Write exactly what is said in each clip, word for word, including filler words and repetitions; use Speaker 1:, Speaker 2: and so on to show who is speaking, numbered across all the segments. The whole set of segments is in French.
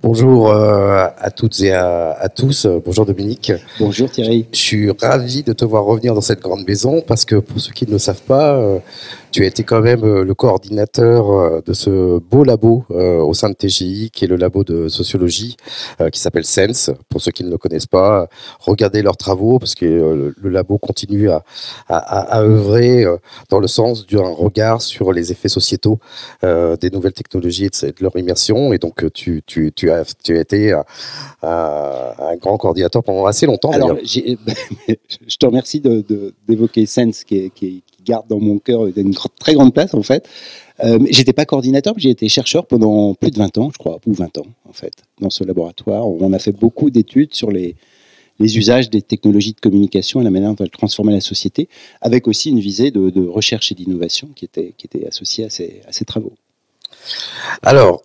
Speaker 1: Bonjour euh, à toutes et à, à tous. Bonjour Dominique.
Speaker 2: Bonjour Thierry.
Speaker 1: Je suis ravi de te voir revenir dans cette grande maison parce que pour ceux qui ne le savent pas, euh, tu as été quand même euh, le coordinateur euh, de ce beau labo euh, au sein de T G I, qui est le labo de sociologie euh, qui s'appelle Sense. Pour ceux qui ne le connaissent pas, regardez leurs travaux parce que euh, le labo continue à, à, à, à œuvrer euh, dans le sens d'un regard sur les effets sociétaux euh, des nouvelles technologies et de, de leur immersion. Et donc tu, tu, tu, as, tu as été un, un, un grand coordinateur pendant assez longtemps.
Speaker 2: Alors, j'ai, je te remercie de, de, d'évoquer Sense qui, est, qui, est, qui garde dans mon cœur une très grande place en fait. Euh, j'étais pas coordinateur, mais j'ai été chercheur pendant plus de vingt ans, je crois, ou vingt ans en fait, dans ce laboratoire. On a fait beaucoup d'études sur les, les usages des technologies de communication et la manière dont elles transformaient la société, avec aussi une visée de, de recherche et d'innovation qui était, qui était associée à ces, à ces travaux.
Speaker 1: Alors,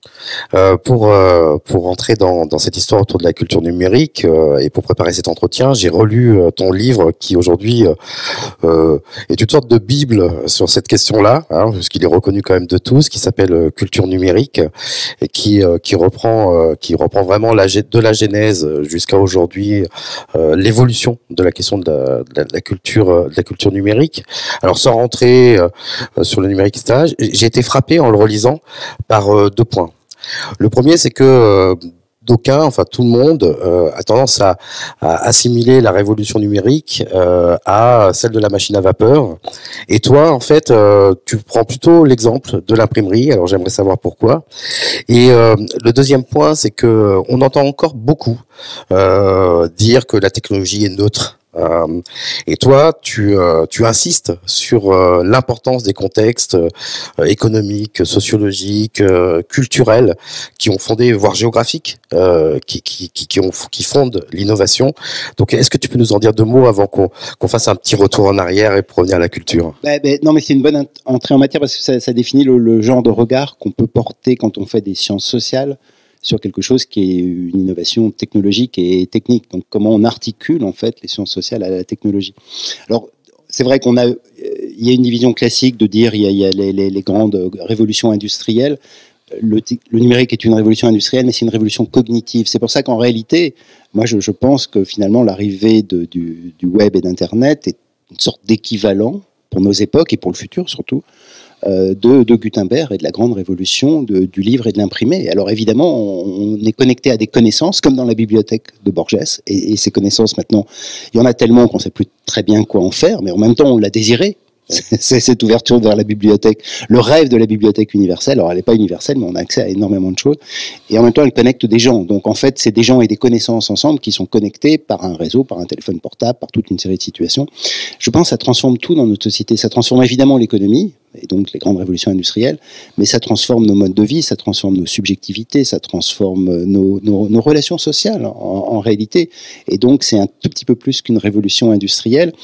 Speaker 1: Euh, pour euh, pour rentrer dans, dans cette histoire autour de la culture numérique euh, et pour préparer cet entretien, j'ai relu euh, ton livre qui aujourd'hui euh, euh, est une sorte de bible sur cette question-là, hein, parce qu'il est reconnu quand même de tous, qui s'appelle euh, Culture numérique et qui euh, qui reprend euh, qui reprend vraiment la de la genèse jusqu'à aujourd'hui euh, l'évolution de la question de la, de la, de la culture de la culture numérique. Alors sans rentrer euh, sur le numérique, et cetera, j'ai été frappé en le relisant par euh, deux points. Le premier, c'est que euh, d'aucuns, enfin tout le monde, euh, a tendance à, à assimiler la révolution numérique euh, à celle de la machine à vapeur. Et toi, en fait, euh, tu prends plutôt l'exemple de l'imprimerie. Alors j'aimerais savoir pourquoi. Et euh, le deuxième point, c'est que on entend encore beaucoup euh, dire que la technologie est neutre. Euh, et toi, tu, euh, tu insistes sur euh, l'importance des contextes euh, économiques, sociologiques, euh, culturels qui ont fondé, voire géographiques, euh, qui, qui, qui, qui, ont, qui fondent l'innovation. Donc, est-ce que tu peux nous en dire deux mots avant qu'on, qu'on fasse un petit retour en arrière et pour revenir à la culture ?
Speaker 2: bah, bah, Non, mais c'est une bonne entrée en matière parce que ça, ça définit le, le genre de regard qu'on peut porter quand on fait des sciences sociales sur quelque chose qui est une innovation technologique et technique. Donc, comment on articule, en fait, les sciences sociales à la technologie. Alors, c'est vrai qu'on a, il y a une division classique de dire, il y a, il y a les, les, les grandes révolutions industrielles. Le, le numérique est une révolution industrielle, mais c'est une révolution cognitive. C'est pour ça qu'en réalité, moi, je, je pense que finalement, l'arrivée de, du, du web et d'Internet est une sorte d'équivalent pour nos époques et pour le futur, surtout, De, de Gutenberg et de la grande révolution de, du livre et de l'imprimé. Alors évidemment, on, on est connecté à des connaissances, comme dans la bibliothèque de Borges, et, et ces connaissances maintenant, il y en a tellement qu'on ne sait plus très bien quoi en faire, mais en même temps, on l'a désiré. C'est cette ouverture vers la bibliothèque, le rêve de la bibliothèque universelle. Alors elle n'est pas universelle, mais on a accès à énormément de choses. Et en même temps, elle connecte des gens. Donc en fait, c'est des gens et des connaissances ensemble qui sont connectés par un réseau, par un téléphone portable, par toute une série de situations. Je pense que ça transforme tout dans notre société. Ça transforme évidemment l'économie, et donc les grandes révolutions industrielles, mais ça transforme nos modes de vie, ça transforme nos subjectivités, ça transforme nos, nos, nos relations sociales en, en réalité. Et donc c'est un tout petit peu plus qu'une révolution industrielle.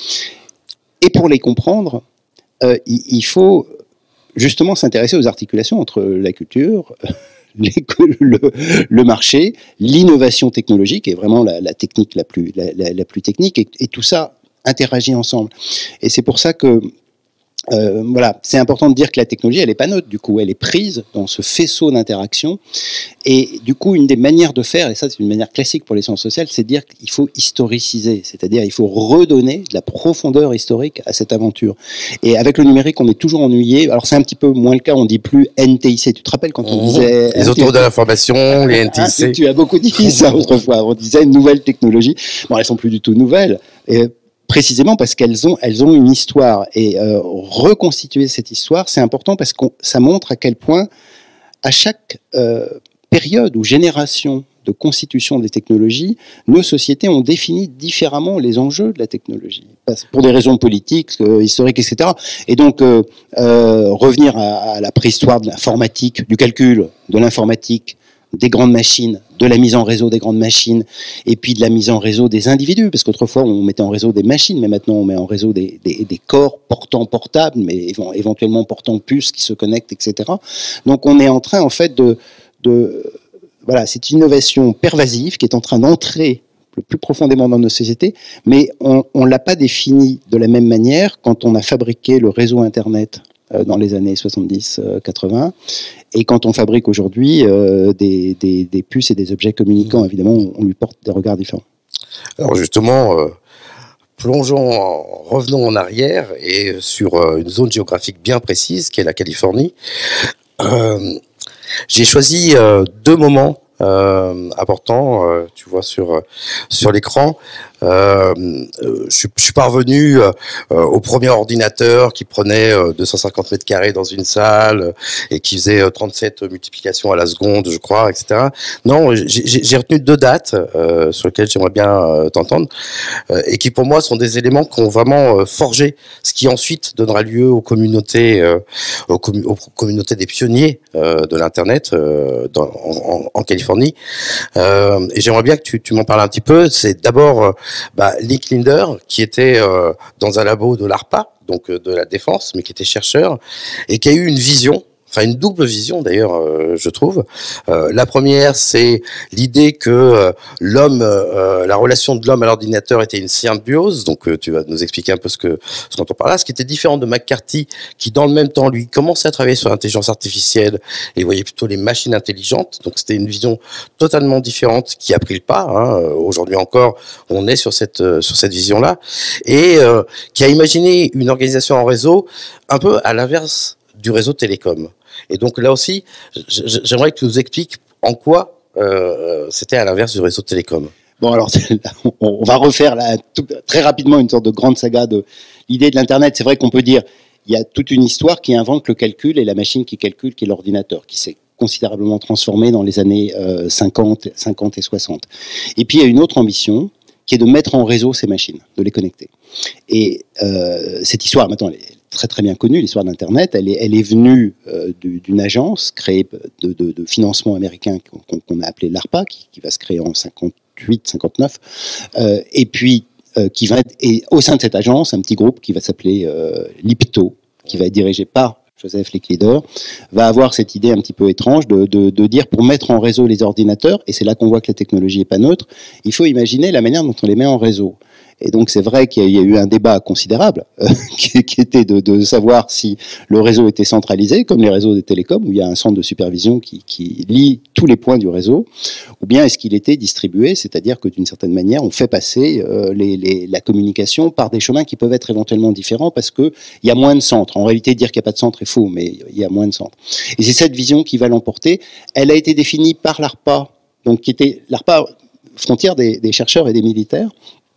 Speaker 2: Et pour les comprendre, euh, il, il faut justement s'intéresser aux articulations entre la culture, les, le, le marché, l'innovation technologique, et vraiment la, la technique la plus, la, la, la plus technique, et, et tout ça interagit ensemble. Et c'est pour ça que Euh, voilà, c'est important de dire que la technologie, elle n'est pas neutre, du coup, elle est prise dans ce faisceau d'interaction. Et du coup, une des manières de faire, et ça c'est une manière classique pour les sciences sociales, c'est de dire qu'il faut historiciser, c'est-à-dire il faut redonner de la profondeur historique à cette aventure. Et avec le numérique, on est toujours ennuyé. Alors c'est un petit peu moins le cas, on dit plus N T I C. Tu te rappelles quand on disait...
Speaker 1: Les autorités de l'information, les N T I C.
Speaker 2: Ah, tu as beaucoup dit ça autrefois. On disait une nouvelle technologie. Bon, elles sont plus du tout nouvelles. Et précisément parce qu'elles ont, elles ont une histoire. Et euh, reconstituer cette histoire, c'est important parce que ça montre à quel point, à chaque euh, période ou génération de constitution des technologies, nos sociétés ont défini différemment les enjeux de la technologie, pour des raisons politiques, euh, historiques, et cetera. Et donc, euh, euh, revenir à, à la préhistoire de l'informatique, du calcul, de l'informatique, des grandes machines, de la mise en réseau des grandes machines, et puis de la mise en réseau des individus, parce qu'autrefois on mettait en réseau des machines, mais maintenant on met en réseau des, des, des corps portant portables, mais éventuellement portant puces qui se connectent, et cetera. Donc on est en train en fait de... de voilà, c'est une innovation pervasive qui est en train d'entrer le plus profondément dans nos sociétés, mais on ne l'a pas définie de la même manière quand on a fabriqué le réseau Internet euh, dans les années soixante-dix quatre-vingts. Et quand on fabrique aujourd'hui euh, des, des, des puces et des objets communicants, évidemment, on, on lui porte des regards différents.
Speaker 1: Alors justement, euh, plongeons, en, revenons en arrière et sur euh, une zone géographique bien précise qui est la Californie. Euh, j'ai choisi euh, deux moments euh, importants, euh, tu vois sur sur l'écran. Euh, je, suis, je suis parvenu euh, au premier ordinateur qui prenait euh, deux cent cinquante mètres carrés dans une salle euh, et qui faisait euh, trente-sept multiplications à la seconde, je crois, et cetera. Non, j'ai retenu deux dates euh, sur lesquelles j'aimerais bien euh, t'entendre euh, et qui pour moi sont des éléments qui ont vraiment euh, forgé ce qui ensuite donnera lieu aux communautés, euh, aux, commu aux communautés des pionniers euh, de l'internet euh, en, en, en Californie. Euh, et j'aimerais bien que tu, tu m'en parles un petit peu. C'est d'abord euh, Bah, Nick Linder, qui était euh, dans un labo de l'ARPA, donc euh, de la défense, mais qui était chercheur, et qui a eu une vision, enfin une double vision d'ailleurs, euh, je trouve. Euh, la première, c'est l'idée que euh, l'homme, euh, la relation de l'homme à l'ordinateur était une symbiose, donc euh, tu vas nous expliquer un peu ce que ce dont on parle là, ce qui était différent de McCarthy, qui dans le même temps, lui, commençait à travailler sur l'intelligence artificielle et voyait plutôt les machines intelligentes, donc c'était une vision totalement différente qui a pris le pas. Hein. Aujourd'hui encore, on est sur cette, euh, sur cette vision-là, et euh, qui a imaginé une organisation en réseau un peu à l'inverse du réseau télécom. Et donc là aussi, j'aimerais que tu nous expliques en quoi euh, c'était à l'inverse du réseau télécom.
Speaker 2: Bon, alors, on va refaire là, tout, très rapidement une sorte de grande saga de l'idée de l'Internet. C'est vrai qu'on peut dire il y a toute une histoire qui invente le calcul et la machine qui calcule, qui est l'ordinateur, qui s'est considérablement transformé dans les années euh, cinquante, cinquante et soixante. Et puis, il y a une autre ambition qui est de mettre en réseau ces machines, de les connecter. Et euh, cette histoire, maintenant, elle est très très bien connue, l'histoire d'Internet. Elle est, elle est venue euh, d'une agence créée de, de, de financement américain qu'on qu'on a appelée l'ARPA, qui, qui va se créer en cinquante-huit cinquante-neuf. Euh, et puis, euh, qui va être, et au sein de cette agence, un petit groupe qui va s'appeler euh, l'IPTO, qui va être dirigé par Joseph Licklider, va avoir cette idée un petit peu étrange de, de, de dire pour mettre en réseau les ordinateurs, et c'est là qu'on voit que la technologie n'est pas neutre, il faut imaginer la manière dont on les met en réseau. Et donc c'est vrai qu'il y a eu un débat considérable euh, qui, qui était de, de savoir si le réseau était centralisé, comme les réseaux des télécoms, où il y a un centre de supervision qui, qui lie tous les points du réseau, ou bien est-ce qu'il était distribué, c'est-à-dire que d'une certaine manière, on fait passer euh, les, les, la communication par des chemins qui peuvent être éventuellement différents parce qu'il y a moins de centres. En réalité, dire qu'il n'y a pas de centre est faux, mais il y a moins de centres. Et c'est cette vision qui va l'emporter. Elle a été définie par l'ARPA, donc qui était l'ARPA, frontière des, des chercheurs et des militaires.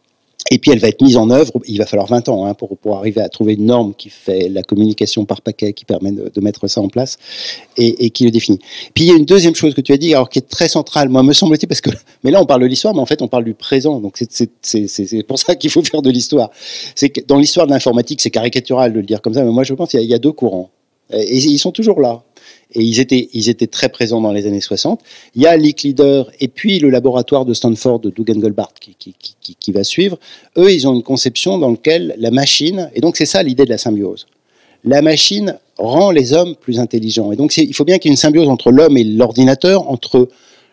Speaker 2: Et puis elle va être mise en œuvre, il va falloir vingt ans hein, pour, pour arriver à trouver une norme qui fait la communication par paquet, qui permet de, de mettre ça en place et, et qui le définit. Puis il y a une deuxième chose que tu as dit, alors qui est très centrale, moi me semble-t-il, parce que, mais là on parle de l'histoire, mais en fait on parle du présent, donc c'est pour ça qu'il faut faire de l'histoire. C'est que dans l'histoire de l'informatique, c'est caricatural de le dire comme ça, mais moi je pense qu'il y, y a deux courants, et ils sont toujours là. Et ils étaient, ils étaient très présents dans les années soixante. Il y a Licklider et puis le laboratoire de Stanford de Doug Engelbart qui, qui, qui, qui va suivre. Eux, ils ont une conception dans laquelle la machine, et donc c'est ça l'idée de la symbiose, la machine rend les hommes plus intelligents. Et donc il faut bien qu'il y ait une symbiose entre l'homme et l'ordinateur, entre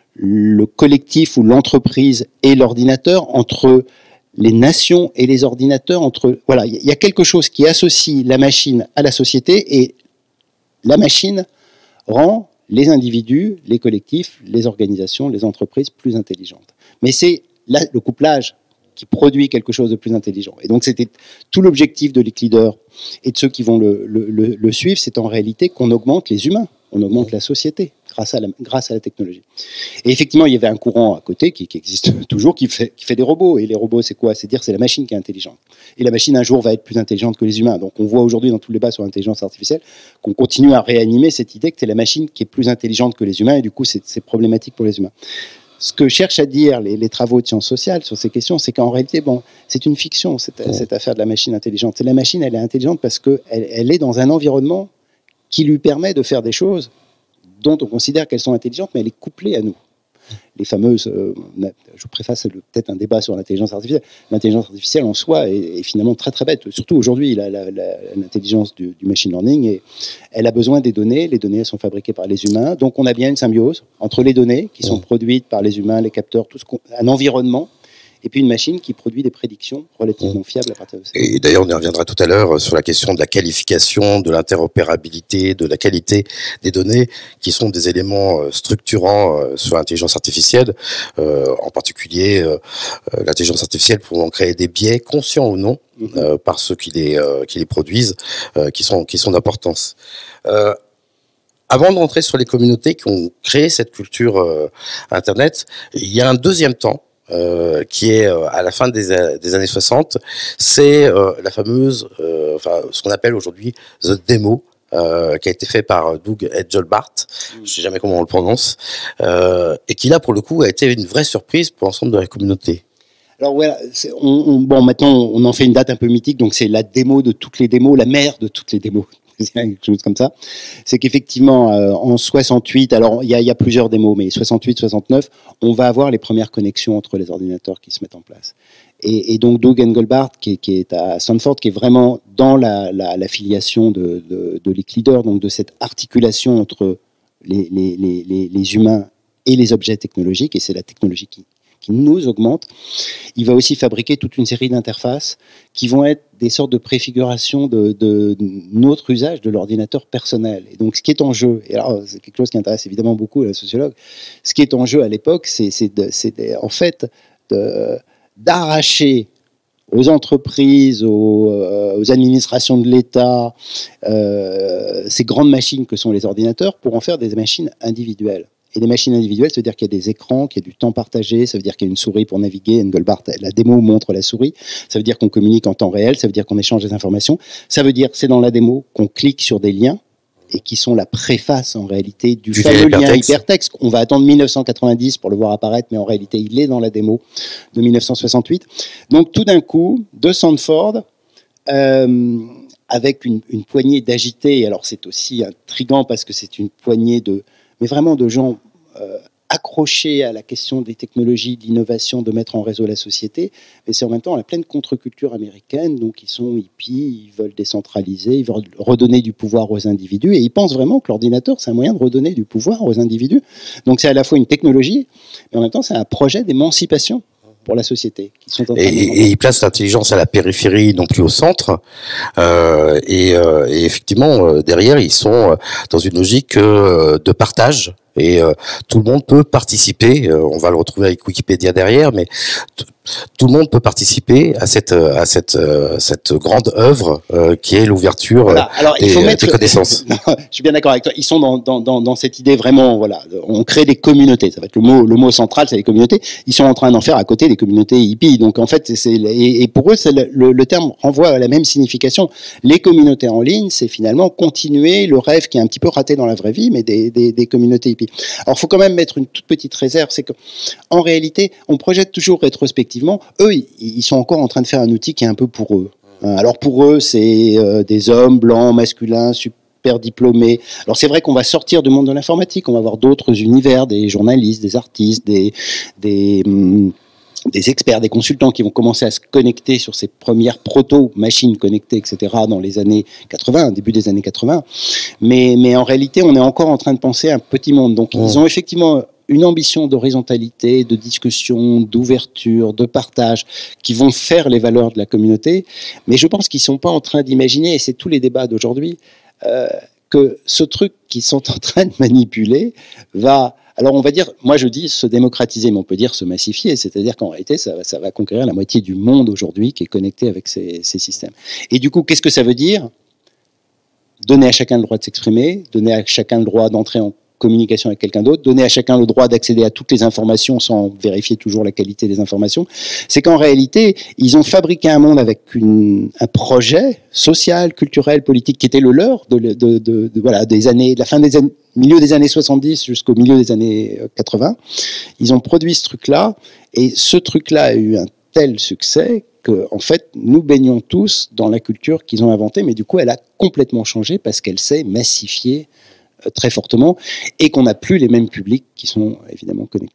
Speaker 2: le collectif ou l'entreprise et l'ordinateur, entre les nations et les ordinateurs, entre voilà, il y a quelque chose qui associe la machine à la société et la machine rend les individus, les collectifs, les organisations, les entreprises plus intelligentes. Mais c'est le couplage qui produit quelque chose de plus intelligent. Et donc c'était tout l'objectif de Licklider et de ceux qui vont le, le, le, le suivre, c'est en réalité qu'on augmente les humains, on augmente la société grâce à la, grâce à la technologie. Et effectivement, il y avait un courant à côté qui, qui existe toujours, qui fait, qui fait des robots. Et les robots, c'est quoi? C'est dire c'est la machine qui est intelligente. Et la machine, un jour, va être plus intelligente que les humains. Donc on voit aujourd'hui dans tous les débats sur l'intelligence artificielle qu'on continue à réanimer cette idée que c'est la machine qui est plus intelligente que les humains, et du coup, c'est problématique pour les humains. Ce que cherchent à dire les, les travaux de sciences sociales sur ces questions, c'est qu'en réalité, bon, c'est une fiction, cette, cette affaire de la machine intelligente. Et la machine, elle est intelligente parce qu'elle elle est dans un environnement qui lui permet de faire des choses dont on considère qu'elles sont intelligentes, mais elle est couplée à nous. Les fameuses, euh, je vous préface peut-être un débat sur l'intelligence artificielle. L'intelligence artificielle en soi est, est finalement très très bête. Surtout aujourd'hui, l'intelligence du, du machine learning, et elle a besoin des données. Les données, elles sont fabriquées par les humains. Donc on a bien une symbiose entre les données qui sont produites par les humains, les capteurs, tout ce qu'on, un environnement, et puis une machine qui produit des prédictions relativement fiables à partir de ça.
Speaker 1: Et d'ailleurs, on y reviendra tout à l'heure sur la question de la qualification, de l'interopérabilité, de la qualité des données, qui sont des éléments structurants sur l'intelligence artificielle, euh, en particulier euh, l'intelligence artificielle pouvant créer des biais, conscients ou non, mmh. euh, par ceux qui les, euh, qui les produisent, euh, qui sont, qui sont d'importance. Euh, Avant de rentrer sur les communautés qui ont créé cette culture euh, Internet, il y a un deuxième temps euh, qui est euh, à la fin des, des années soixante, c'est euh, la fameuse, euh, enfin ce qu'on appelle aujourd'hui The Demo, euh, qui a été fait par Doug Engelbart, mmh. je sais jamais comment on le prononce, euh, et qui là pour le coup a été une vraie surprise pour l'ensemble de la communauté.
Speaker 2: Alors voilà, on, on, bon maintenant on en fait une date un peu mythique, donc c'est la démo de toutes les démos, la mère de toutes les démos. Quelque chose comme ça, c'est qu'effectivement euh, en soixante-huit, alors il y a, y a plusieurs démos, mais soixante-huit soixante-neuf, on va avoir les premières connexions entre les ordinateurs qui se mettent en place. Et, et donc Doug Engelbart, qui, qui est à Stanford, qui est vraiment dans la, la, la filiation de, de, de l'E-Leader, donc de cette articulation entre les, les, les, les humains et les objets technologiques, et c'est la technologie qui qui nous augmente. Il va aussi fabriquer toute une série d'interfaces qui vont être des sortes de préfigurations de, de notre usage de l'ordinateur personnel. Et donc, ce qui est en jeu, et alors c'est quelque chose qui intéresse évidemment beaucoup la sociologue, ce qui est en jeu à l'époque, c'est, c'est, de, c'est de, en fait de, d'arracher aux entreprises, aux, euh, aux administrations de l'État, euh, ces grandes machines que sont les ordinateurs, pour en faire des machines individuelles. Et des machines individuelles, ça veut dire qu'il y a des écrans, qu'il y a du temps partagé, ça veut dire qu'il y a une souris pour naviguer. Engelbart, la démo montre la souris. Ça veut dire qu'on communique en temps réel, ça veut dire qu'on échange des informations. Ça veut dire, c'est dans la démo, qu'on clique sur des liens et qui sont la préface en réalité du, du fameux lien hypertexte. On va attendre mille neuf cent quatre-vingt-dix pour le voir apparaître, mais en réalité, il est dans la démo de mille neuf cent soixante-huit. Donc tout d'un coup, de Stanford, euh, avec une, une poignée d'agités, alors c'est aussi intriguant parce que c'est une poignée de mais vraiment de gens euh, accrochés à la question des technologies, de l'innovation, de mettre en réseau la société, mais c'est en même temps la pleine contre-culture américaine, donc ils sont hippies, ils veulent décentraliser, ils veulent redonner du pouvoir aux individus, et ils pensent vraiment que l'ordinateur, c'est un moyen de redonner du pouvoir aux individus. Donc c'est à la fois une technologie, mais en même temps c'est un projet d'émancipation pour la société. Qui sont en train
Speaker 1: et,
Speaker 2: de
Speaker 1: et ils placent l'intelligence à la périphérie, non plus au centre. Euh, et, euh, et effectivement, euh, derrière, ils sont dans une logique euh, de partage. Et euh, tout le monde peut participer. Euh, on va le retrouver avec Wikipédia derrière, mais t- tout le monde peut participer à cette à cette euh, cette grande œuvre euh, qui est l'ouverture
Speaker 2: voilà. Alors,
Speaker 1: des,
Speaker 2: il faut mettre...
Speaker 1: des connaissances.
Speaker 2: Non, je suis bien d'accord avec toi. Ils sont dans, dans, dans, dans cette idée vraiment, voilà, on crée des communautés. Ça va être le mot, le mot central, c'est les communautés. Ils sont en train d'en faire à côté des communautés hippies. Donc en fait, c'est et, et pour eux, c'est le, le, le terme renvoie à la même signification. Les communautés en ligne, c'est finalement continuer le rêve qui est un petit peu raté dans la vraie vie, mais des, des, des communautés hippies. Alors, il faut quand même mettre une toute petite réserve, c'est que en réalité, on projette toujours rétrospectivement. Eux, ils sont encore en train de faire un outil qui est un peu pour eux. Alors pour eux, c'est euh, des hommes blancs, masculins, super diplômés. Alors c'est vrai qu'on va sortir du monde de l'informatique, on va avoir d'autres univers, des journalistes, des artistes, des des hum, des experts, des consultants qui vont commencer à se connecter sur ces premières proto-machines connectées, et cetera, dans les années quatre-vingts, début des années quatre-vingts. Mais, mais en réalité, on est encore en train de penser à un petit monde. Donc, mmh. ils ont effectivement une ambition d'horizontalité, de discussion, d'ouverture, de partage, qui vont faire les valeurs de la communauté. Mais je pense qu'ils ne sont pas en train d'imaginer, et c'est tous les débats d'aujourd'hui, euh, que ce truc qu'ils sont en train de manipuler va... Alors on va dire, moi je dis se démocratiser, mais on peut dire se massifier, c'est-à-dire qu'en réalité ça, ça va conquérir la moitié du monde aujourd'hui qui est connecté avec ces, ces systèmes. Et du coup, qu'est-ce que ça veut dire ? Donner à chacun le droit de s'exprimer, donner à chacun le droit d'entrer en communication avec quelqu'un d'autre, donner à chacun le droit d'accéder à toutes les informations sans vérifier toujours la qualité des informations. C'est qu'en réalité, ils ont fabriqué un monde avec une, un projet social, culturel, politique qui était le leur de, de, de, de, de voilà des années, de la fin des années, milieu des années soixante-dix jusqu'au milieu des années quatre-vingts. Ils ont produit ce truc-là et ce truc-là a eu un tel succès que, en fait, nous baignons tous dans la culture qu'ils ont inventée, mais du coup, elle a complètement changé parce qu'elle s'est massifiée très fortement et qu'on n'a plus les mêmes publics qui sont évidemment connectés.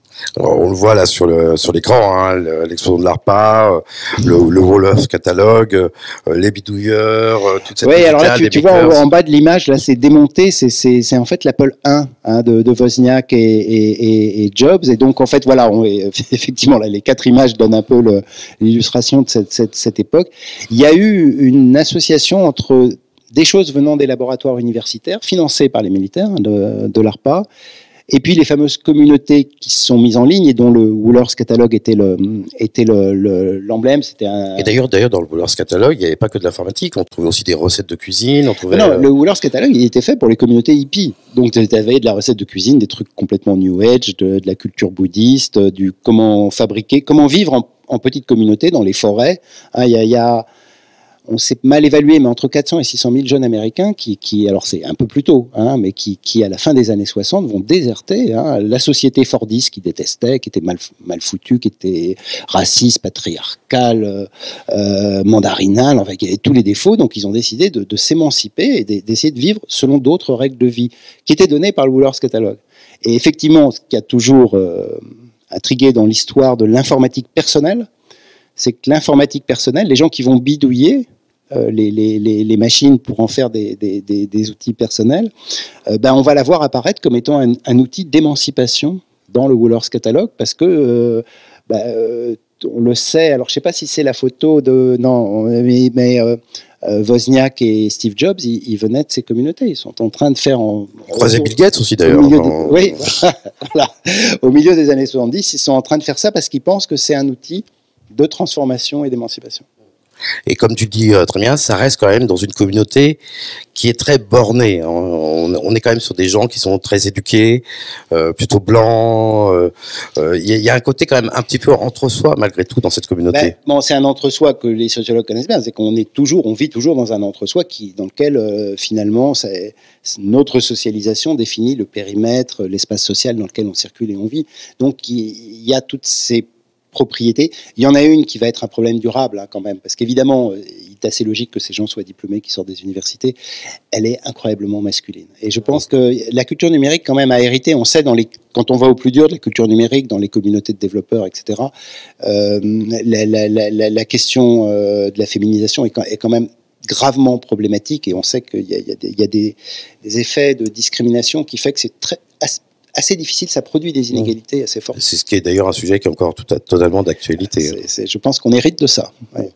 Speaker 1: Alors, on le voit là sur le sur l'écran, hein, l'explosion de l'ARPA, le, le Wolof catalogue, euh, les bidouilleurs, euh, toute cette
Speaker 2: Oui, alors là,
Speaker 1: là,
Speaker 2: tu, tu vois en, en bas de l'image, là, c'est démonté, c'est c'est c'est en fait l'Apple un hein, de, de Wozniak et, et, et, et Jobs, et donc en fait voilà, on, effectivement là, les quatre images donnent un peu le, l'illustration de cette, cette cette époque. Il y a eu une association entre des choses venant des laboratoires universitaires, financés par les militaires de, de l'ARPA, et puis les fameuses communautés qui se sont mises en ligne et dont le Wohlers Catalogue était le était le, le, l'emblème. C'était un...
Speaker 1: Et d'ailleurs, d'ailleurs, dans le Wohlers Catalogue, il n'y avait pas que de l'informatique. On trouvait aussi des recettes de cuisine. On trouvait.
Speaker 2: Non, le Wohlers Catalogue, il était fait pour les communautés hippies. Donc, tu avais de la recette de cuisine, des trucs complètement New Age, de, de la culture bouddhiste, du comment fabriquer, comment vivre en, en petite communauté dans les forêts. Il hein, y a, y a on s'est mal évalué, mais entre quatre cents et six cent mille jeunes Américains qui, qui alors c'est un peu plus tôt, hein, mais qui, qui, à la fin des années soixante, vont déserter hein, la société fordiste qu'ils détestaient, qui était mal, mal foutue, qui était raciste, patriarcale, euh, mandarinale, enfin, qui avait tous les défauts. Donc, ils ont décidé de, de s'émanciper et d'essayer de vivre selon d'autres règles de vie qui étaient données par le Wohlers Catalogue. Et effectivement, ce qui a toujours euh, intrigué dans l'histoire de l'informatique personnelle, c'est que l'informatique personnelle, les gens qui vont bidouiller euh, les, les, les, les machines pour en faire des, des, des, des outils personnels, euh, ben on va la voir apparaître comme étant un, un outil d'émancipation dans le Wohlers Catalogue, parce que euh, ben, euh, on le sait. Alors je ne sais pas si c'est la photo de non, mais, mais euh, euh, Wozniak et Steve Jobs, ils, ils venaient de ces communautés. Ils sont en train de faire en
Speaker 1: croisé Bill Gates aussi d'ailleurs.
Speaker 2: Au
Speaker 1: en...
Speaker 2: de, oui, voilà. Au milieu des années soixante-dix, ils sont en train de faire ça parce qu'ils pensent que c'est un outil de transformation et d'émancipation.
Speaker 1: Et comme tu dis euh, très bien, ça reste quand même dans une communauté qui est très bornée. On, on est quand même sur des gens qui sont très éduqués, euh, plutôt blancs. Il euh, euh, y, y a un côté quand même un petit peu entre-soi malgré tout dans cette communauté.
Speaker 2: Ben, bon, c'est un entre-soi que les sociologues connaissent bien. C'est qu'on est toujours, on vit toujours dans un entre-soi qui, dans lequel euh, finalement, c'est, notre socialisation définit le périmètre, l'espace social dans lequel on circule et on vit. Donc, il y a toutes ces propriété. Il y en a une qui va être un problème durable hein, quand même, parce qu'évidemment, il est assez logique que ces gens soient diplômés, qui sortent des universités. Elle est incroyablement masculine. Et je pense que la culture numérique quand même a hérité, on sait, dans les, quand on va au plus dur de la culture numérique, dans les communautés de développeurs, et cetera, euh, la, la, la, la question euh, de la féminisation est quand, est quand même gravement problématique, et on sait qu'il y a, il y a, des, il y a des, des effets de discrimination qui fait que c'est très assez difficile, ça produit des inégalités assez fortes.
Speaker 1: C'est ce qui est d'ailleurs un sujet qui est encore tout à, totalement d'actualité.
Speaker 2: C'est, c'est, je pense qu'on hérite de ça. Ouais.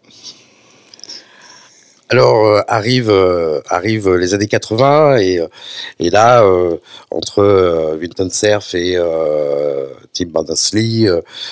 Speaker 1: Alors euh, arrivent euh, arrivent les années quatre-vingts et et là euh, entre euh, Vinton Cerf et euh, Tim Berners-Lee,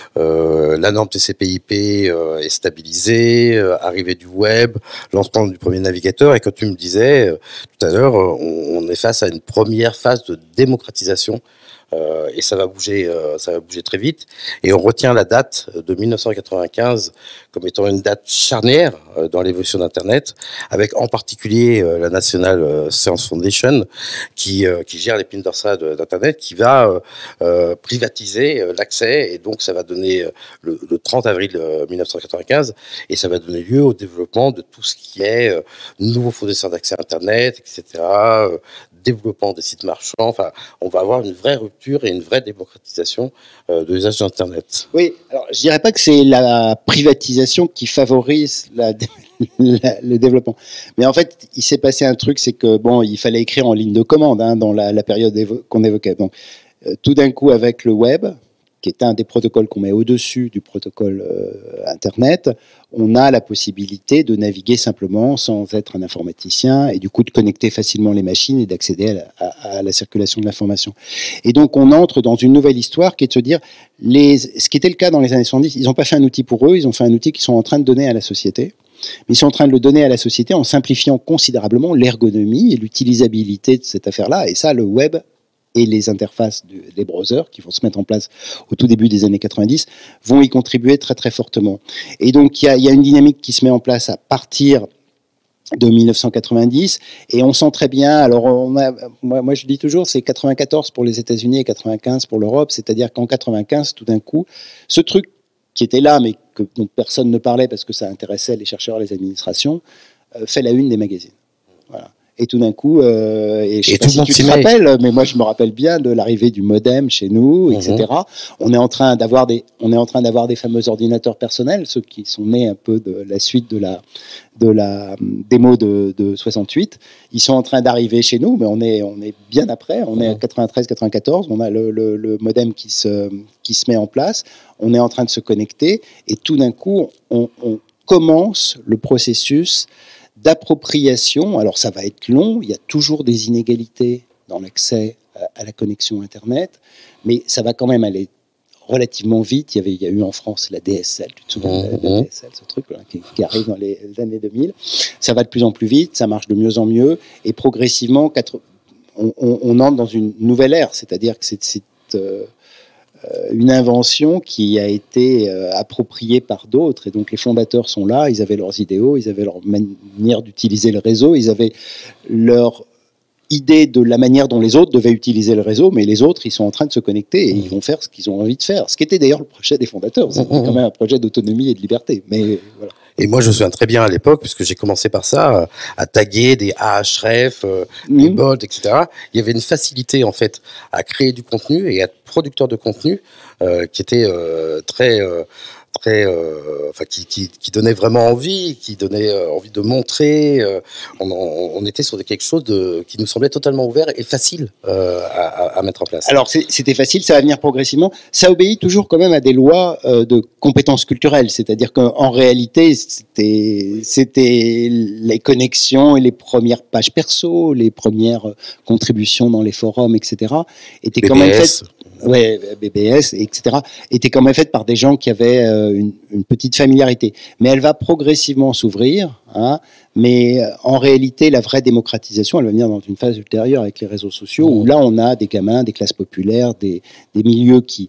Speaker 1: euh, la norme T C P/I P euh, est stabilisée, euh, arrivée du web, lancement du premier navigateur, et comme tu me disais euh, tout à l'heure, on, on est face à une première phase de démocratisation. Euh, et ça va bouger, euh, ça va bouger très vite. Et on retient la date de mille neuf cent quatre-vingt-quinze comme étant une date charnière euh, dans l'évolution d'Internet, avec en particulier euh, la National Science Foundation qui euh, qui gère l'épine dorsale d'Internet, qui va euh, euh, privatiser euh, l'accès, et donc ça va donner euh, le, le trente avril mille neuf cent quatre-vingt-quinze, et ça va donner lieu au développement de tout ce qui est euh, nouveaux fournisseurs d'accès à Internet, et cetera. Euh, développement des sites marchands. Enfin, on va avoir une vraie rupture et une vraie démocratisation euh, de l'usage d'Internet.
Speaker 2: Oui, alors je dirais pas que c'est la privatisation qui favorise la, la, le développement. Mais en fait, il s'est passé un truc, c'est que bon, il fallait écrire en ligne de commande hein, dans la, la période évo- qu'on évoquait. Donc, euh, tout d'un coup, avec le web, qui est un des protocoles qu'on met au-dessus du protocole euh, Internet, on a la possibilité de naviguer simplement sans être un informaticien, et du coup de connecter facilement les machines et d'accéder à la, à, à la circulation de l'information. Et donc on entre dans une nouvelle histoire qui est de se dire, les, ce qui était le cas dans les années soixante-dix, ils n'ont pas fait un outil pour eux, ils ont fait un outil qu'ils sont en train de donner à la société. Mais ils sont en train de le donner à la société en simplifiant considérablement l'ergonomie et l'utilisabilité de cette affaire-là. Et ça, le web et les interfaces du, des browsers qui vont se mettre en place au tout début des années quatre-vingt-dix vont y contribuer très très fortement. Et donc il y a, y a une dynamique qui se met en place à partir de mille neuf cent quatre-vingt-dix, et on sent très bien, alors on a, moi, moi je dis toujours, c'est quatre-vingt-quatorze pour les États-Unis et quatre-vingt-quinze pour l'Europe, c'est-à-dire qu'en quatre-vingt-quinze, tout d'un coup, ce truc qui était là, mais que, dont personne ne parlait parce que ça intéressait les chercheurs, les administrations, euh, fait la une des magazines. Voilà. Et tout d'un coup, euh, et je sais
Speaker 1: Et
Speaker 2: pas
Speaker 1: tout
Speaker 2: si
Speaker 1: le monde
Speaker 2: tu
Speaker 1: s'y
Speaker 2: te
Speaker 1: met.
Speaker 2: rappelles, mais moi je me rappelle bien de l'arrivée du modem chez nous,
Speaker 1: Mhm.
Speaker 2: et cetera. On est en train d'avoir des, on est en train d'avoir des fameux ordinateurs personnels, ceux qui sont nés un peu de la suite de la, de la démo de, de soixante-huit. Ils sont en train d'arriver chez nous, mais on est, on est bien après. On est à quatre-vingt-treize quatre-vingt-quatorze. On a le, le, le modem qui se, qui se met en place. On est en train de se connecter, et tout d'un coup, on, on commence le processus d'appropriation. Alors ça va être long, il y a toujours des inégalités dans l'accès à la connexion Internet, mais ça va quand même aller relativement vite. Il y, avait, il y a eu en France la D S L, tu te souviens de la, la D S L, ce truc là, qui, qui arrive dans les années deux mille. Ça va de plus en plus vite, ça marche de mieux en mieux, et progressivement, quatre, on, on, on entre dans une nouvelle ère, c'est-à-dire que c'est... c'est euh, une invention qui a été euh, appropriée par d'autres, et donc les fondateurs sont là, ils avaient leurs idéaux, ils avaient leur manière d'utiliser le réseau, ils avaient leur idée de la manière dont les autres devaient utiliser le réseau, mais les autres, ils sont en train de se connecter et mmh. ils vont faire ce qu'ils ont envie de faire, ce qui était d'ailleurs le projet des fondateurs, c'était mmh. quand même un projet d'autonomie et de liberté, mais voilà.
Speaker 1: Et moi, je me souviens très bien à l'époque, puisque j'ai commencé par ça, à taguer des Ahrefs, euh, mmh. des bots, et cetera. Il y avait une facilité, en fait, à créer du contenu et à être producteur de contenu euh, qui était euh, très... Euh, très, euh, enfin, qui, qui, qui donnait vraiment envie, qui donnait euh, envie de montrer. Euh, on, on était sur quelque chose de, qui nous semblait totalement ouvert et facile euh, à, à mettre en place.
Speaker 2: Alors, c'était facile, ça va venir progressivement. Ça obéit toujours quand même à des lois euh, de compétences culturelles. C'est-à-dire qu'en réalité, c'était, c'était les connexions et les premières pages perso, les premières contributions dans les forums, et cetera, étaient
Speaker 1: B B S.
Speaker 2: Quand même faites... Ouais, B B S, et cetera, était quand même faite par des gens qui avaient euh, une, une petite familiarité. Mais elle va progressivement s'ouvrir, hein, mais en réalité, la vraie démocratisation, elle va venir dans une phase ultérieure avec les réseaux sociaux, mmh. où là, on a des gamins, des classes populaires, des, des milieux qui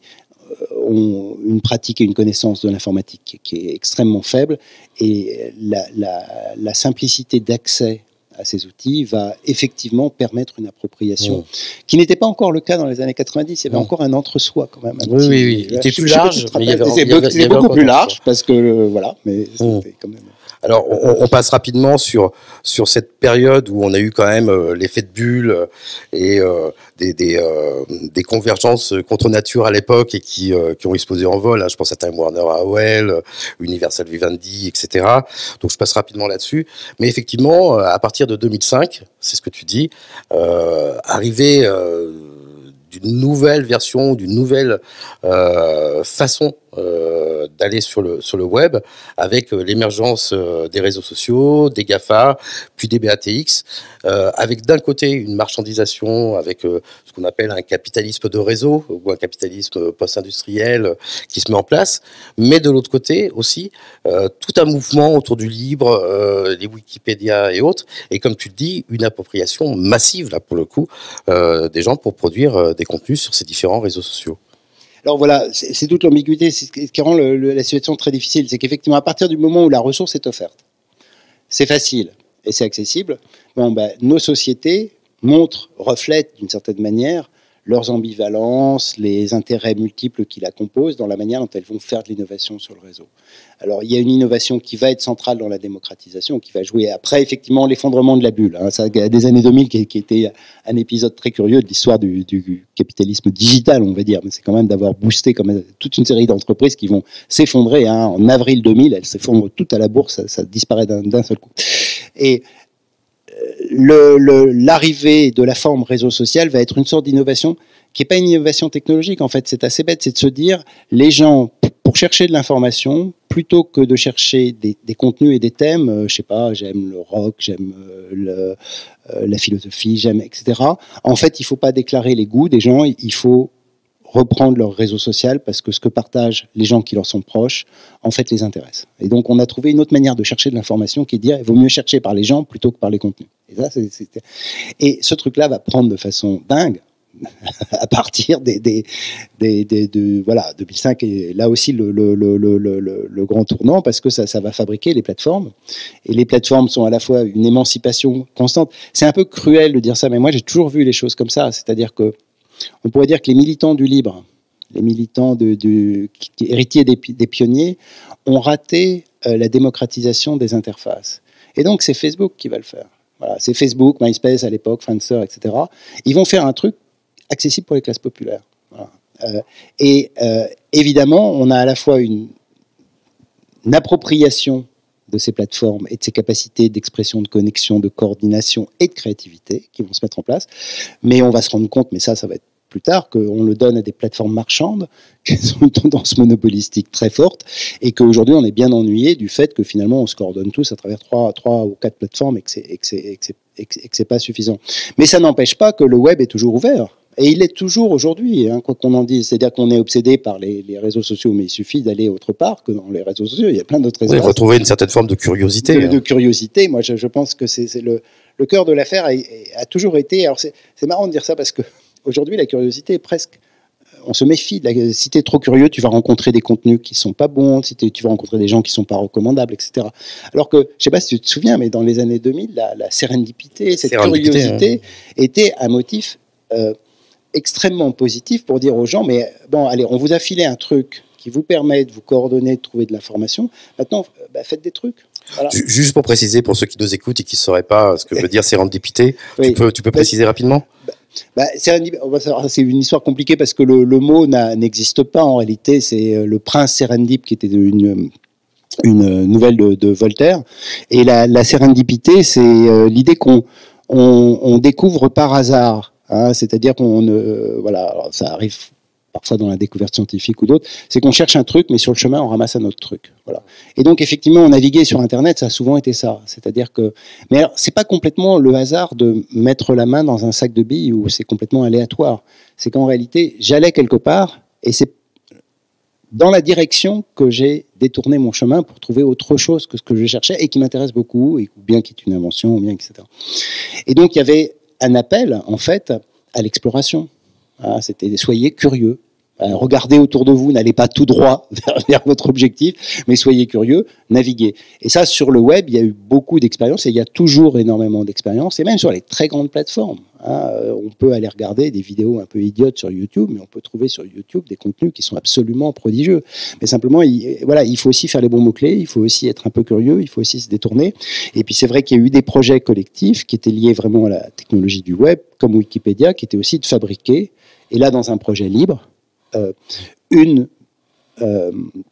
Speaker 2: ont une pratique et une connaissance de l'informatique qui est extrêmement faible, et la, la, la simplicité d'accès à ces outils va effectivement permettre une appropriation mmh. qui n'était pas encore le cas dans les années quatre-vingt-dix. Il y avait mmh. encore un entre-soi quand même. Un
Speaker 1: oui,
Speaker 2: petit,
Speaker 1: oui, oui. Il était plus large, mais il y avait,
Speaker 2: il y avait, il y avait beaucoup plus large parce que euh, voilà, mais c'était mmh. quand même.
Speaker 1: Alors, on, on passe rapidement sur sur cette période où on a eu quand même euh, l'effet de bulle et euh, des des, euh, des convergences contre nature à l'époque et qui euh, qui ont explosé en vol. Hein. Je pense à Time Warner, A O L, Universal Vivendi, et cetera. Donc, je passe rapidement là-dessus. Mais effectivement, à partir de deux mille cinq, c'est ce que tu dis, euh, arrivé euh, d'une nouvelle version, d'une nouvelle euh, façon euh, d'aller sur le sur le web, avec euh, l'émergence euh, des réseaux sociaux, des GAFA, puis des B A T X, euh, avec d'un côté une marchandisation, avec euh, ce qu'on appelle un capitalisme de réseau ou un capitalisme post-industriel euh, qui se met en place, mais de l'autre côté aussi euh, tout un mouvement autour du libre, euh, les Wikipédia et autres, et comme tu le dis, une appropriation massive là pour le coup euh, des gens pour produire euh, des contenus sur ces différents réseaux sociaux.
Speaker 2: Alors voilà, c'est, c'est toute l'ambiguïté, c'est ce qui rend le, le, la situation très difficile. C'est qu'effectivement, à partir du moment où la ressource est offerte, c'est facile et c'est accessible, bon, ben, nos sociétés montrent, reflètent d'une certaine manière leurs ambivalences, les intérêts multiples qui la composent dans la manière dont elles vont faire de l'innovation sur le réseau. Alors, il y a une innovation qui va être centrale dans la démocratisation, qui va jouer après, effectivement, l'effondrement de la bulle. Hein, ça, des années deux mille, qui, qui était un épisode très curieux de l'histoire du, du capitalisme digital, on va dire. Mais c'est quand même d'avoir boosté comme toute une série d'entreprises qui vont s'effondrer. Hein. En avril deux mille, elles s'effondrent toutes à la bourse, ça, ça disparaît d'un, d'un seul coup. Et Le, le, l'arrivée de la forme réseau social va être une sorte d'innovation qui n'est pas une innovation technologique, en fait. C'est assez bête, c'est de se dire, les gens, pour chercher de l'information, plutôt que de chercher des, des contenus et des thèmes, euh, je sais pas, j'aime le rock, j'aime euh, le, euh, la philosophie, j'aime, et cetera. En fait, il ne faut pas déclarer les goûts des gens, il faut reprendre leur réseau social parce que ce que partagent les gens qui leur sont proches, en fait, les intéresse. Et donc, on a trouvé une autre manière de chercher de l'information qui est de dire, il vaut mieux chercher par les gens plutôt que par les contenus. Et, ça, c'est, c'est... et ce truc-là va prendre de façon dingue à partir des, des, des, des de, voilà, deux mille cinq est là aussi le, le, le, le, le, le grand tournant parce que ça, ça va fabriquer les plateformes. Et les plateformes sont à la fois une émancipation constante. C'est un peu cruel de dire ça, mais moi, j'ai toujours vu les choses comme ça. C'est-à-dire que on pourrait dire que les militants du libre, les militants de, de, qui, héritiers des, des pionniers, ont raté euh, la démocratisation des interfaces. Et donc, c'est Facebook qui va le faire. Voilà, c'est Facebook, MySpace à l'époque, Friendster, et cetera. Ils vont faire un truc accessible pour les classes populaires. Voilà. Euh, et euh, évidemment, on a à la fois une, une appropriation de ces plateformes et de ces capacités d'expression, de connexion, de coordination et de créativité qui vont se mettre en place. Mais on va se rendre compte, mais ça, ça va être plus tard, qu'on le donne à des plateformes marchandes qui ont une tendance monopolistique très forte et qu'aujourd'hui, on est bien ennuyé du fait que finalement, on se coordonne tous à travers trois, trois ou quatre plateformes et que c'est, et que c'est, et que c'est, et que c'est pas suffisant. Mais ça n'empêche pas que le web est toujours ouvert. Et il est toujours aujourd'hui, hein, quoi qu'on en dise. C'est-à-dire qu'on est obsédé par les, les réseaux sociaux, mais il suffit d'aller autre part que dans les réseaux sociaux. Il y a plein d'autres réseaux.
Speaker 1: Oui, retrouver une certaine forme de curiosité.
Speaker 2: De,
Speaker 1: hein.
Speaker 2: de curiosité. Moi, je, je pense que c'est, c'est le, le cœur de l'affaire a, a toujours été... Alors, c'est, c'est marrant de dire ça parce que aujourd'hui, la curiosité est presque... On se méfie. De la, si tu es trop curieux, tu vas rencontrer des contenus qui sont pas bons, si tu vas rencontrer des gens qui sont pas recommandables, et cetera. Alors que, je sais pas si tu te souviens, mais dans les années deux mille, la, la sérendipité, cette
Speaker 1: Sérendipité,
Speaker 2: curiosité
Speaker 1: hein.
Speaker 2: était un motif... Euh, extrêmement positif pour dire aux gens, mais bon, allez, on vous a filé un truc qui vous permet de vous coordonner, de trouver de l'information. Maintenant, bah, faites des trucs. Voilà.
Speaker 1: Juste pour préciser, pour ceux qui nous écoutent et qui ne sauraient pas ce que veut dire sérendipité, oui. tu, peux, tu peux préciser rapidement
Speaker 2: bah, bah, c'est une histoire compliquée parce que le, le mot n'existe pas en réalité. C'est le prince Sérendip qui était une, une nouvelle de, de Voltaire. Et la, la sérendipité, c'est euh, l'idée qu'on on, on découvre par hasard. Hein, c'est-à-dire qu'on euh, voilà, alors ça arrive parfois dans la découverte scientifique ou d'autres, c'est qu'on cherche un truc, mais sur le chemin, on ramasse un autre truc. Voilà. Et donc, effectivement, naviguer sur Internet, ça a souvent été ça. C'est-à-dire que, mais alors, c'est pas complètement le hasard de mettre la main dans un sac de billes où c'est complètement aléatoire. C'est qu'en réalité, j'allais quelque part et c'est dans la direction que j'ai détourné mon chemin pour trouver autre chose que ce que je cherchais et qui m'intéresse beaucoup, et bien qui est une invention, ou bien, et cetera. Et donc, il y avait un appel, en fait, à l'exploration. Ah, c'était soyez curieux. Euh, regardez autour de vous, n'allez pas tout droit vers, vers votre objectif, mais soyez curieux, naviguez. Et ça, sur le web, il y a eu beaucoup d'expériences, et il y a toujours énormément d'expériences, et même sur les très grandes plateformes. Hein, on peut aller regarder des vidéos un peu idiotes sur YouTube, mais on peut trouver sur YouTube des contenus qui sont absolument prodigieux. Mais simplement, il, voilà, il faut aussi faire les bons mots-clés, il faut aussi être un peu curieux, il faut aussi se détourner. Et puis c'est vrai qu'il y a eu des projets collectifs qui étaient liés vraiment à la technologie du web, comme Wikipédia, qui était aussi de fabriquer, et là dans un projet libre, Euh, une euh,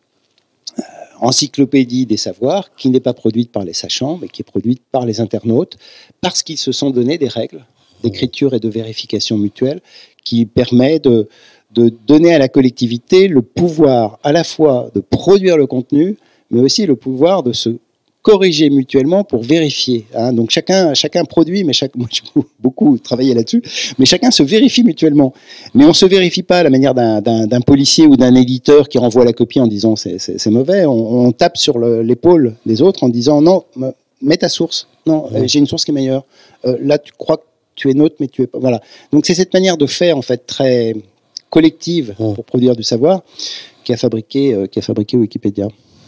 Speaker 2: encyclopédie des savoirs qui n'est pas produite par les sachants, mais qui est produite par les internautes, parce qu'ils se sont donné des règles d'écriture et de vérification mutuelle qui permet de, de donner à la collectivité le pouvoir à la fois de produire le contenu, mais aussi le pouvoir de se corriger mutuellement pour vérifier. Hein. Donc chacun, chacun produit, mais chaque, moi j'ai beaucoup travaillé là-dessus, mais chacun se vérifie mutuellement. Mais on ne se vérifie pas à la manière d'un, d'un, d'un policier ou d'un éditeur qui renvoie la copie en disant c'est, c'est, c'est mauvais. On, on tape sur le, l'épaule des autres en disant non, mets ta source. Non, mmh. j'ai une source qui est meilleure. Euh, là, tu crois que tu es neutre, mais tu es pas. Voilà. Donc c'est cette manière de faire en fait très collective mmh. pour produire du savoir qui a fabriqué, euh, qui a fabriqué Wikipédia,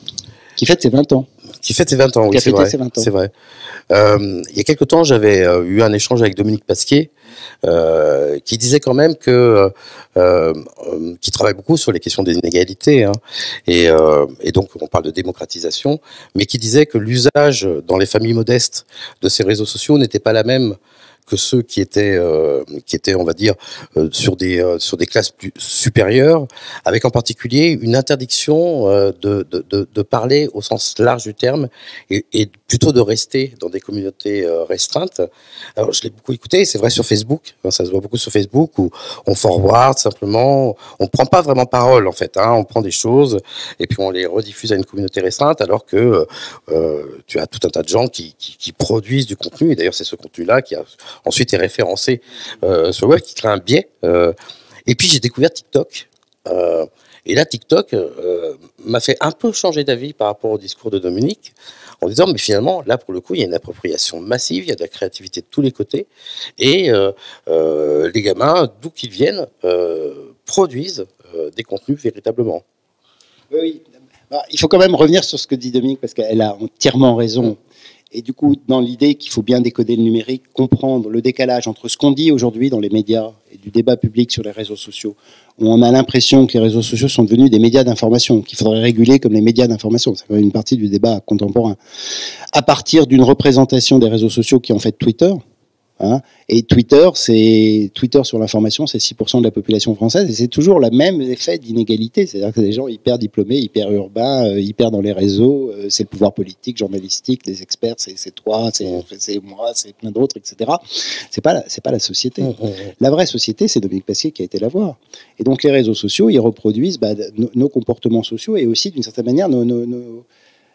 Speaker 2: qui fête ses vingt ans.
Speaker 1: Qui fête ses vingt ans, oui, c'est vrai. C'est vrai. Euh, il y a quelque temps, j'avais euh, eu un échange avec Dominique Pasquier, euh, qui disait quand même que, euh, euh, qui travaille beaucoup sur les questions des inégalités, hein, et, euh, et donc on parle de démocratisation, mais qui disait que l'usage dans les familles modestes de ces réseaux sociaux n'était pas la même que ceux qui étaient, euh, qui étaient, on va dire, euh, sur des euh, sur des classes plus supérieures, avec en particulier une interdiction euh, de, de de de parler au sens large du terme et, et plutôt de rester dans des communautés euh, restreintes. Alors je l'ai beaucoup écouté, c'est vrai sur Facebook, hein, ça se voit beaucoup sur Facebook où on forward simplement, on prend pas vraiment parole en fait, hein, on prend des choses et puis on les rediffuse à une communauté restreinte, alors que euh, tu as tout un tas de gens qui qui, qui produisent du contenu, et d'ailleurs c'est ce contenu-là qui a ensuite est référencé euh, sur le web, qui crée un biais. Euh, et puis j'ai découvert TikTok. Euh, et là, TikTok euh, m'a fait un peu changer d'avis par rapport au discours de Dominique, en disant, mais finalement, là, pour le coup, il y a une appropriation massive, il y a de la créativité de tous les côtés, et euh, euh, les gamins, d'où qu'ils viennent, euh, produisent euh, des contenus véritablement.
Speaker 2: Oui, bah, il faut quand même revenir sur ce que dit Dominique, parce qu'elle a entièrement raison. Et du coup, dans l'idée qu'il faut bien décoder le numérique, comprendre le décalage entre ce qu'on dit aujourd'hui dans les médias et du débat public sur les réseaux sociaux, où on a l'impression que les réseaux sociaux sont devenus des médias d'information, qu'il faudrait réguler comme les médias d'information. C'est une partie du débat contemporain. À partir d'une représentation des réseaux sociaux qui est en fait Twitter, hein, et Twitter, c'est Twitter sur l'information, c'est six pour cent de la population française, et c'est toujours le même effet d'inégalité. C'est-à-dire que des gens hyper diplômés, hyper urbains, euh, hyper dans les réseaux, euh, c'est le pouvoir politique, journalistique, les experts, c'est, c'est toi, c'est, c'est moi, c'est plein d'autres, et cetera. C'est pas la, c'est pas la société. Mmh, mmh. La vraie société, c'est Dominique Pasquier qui a été la voir. Et donc les réseaux sociaux, ils reproduisent bah, nos, nos comportements sociaux et aussi d'une certaine manière nos, nos, nos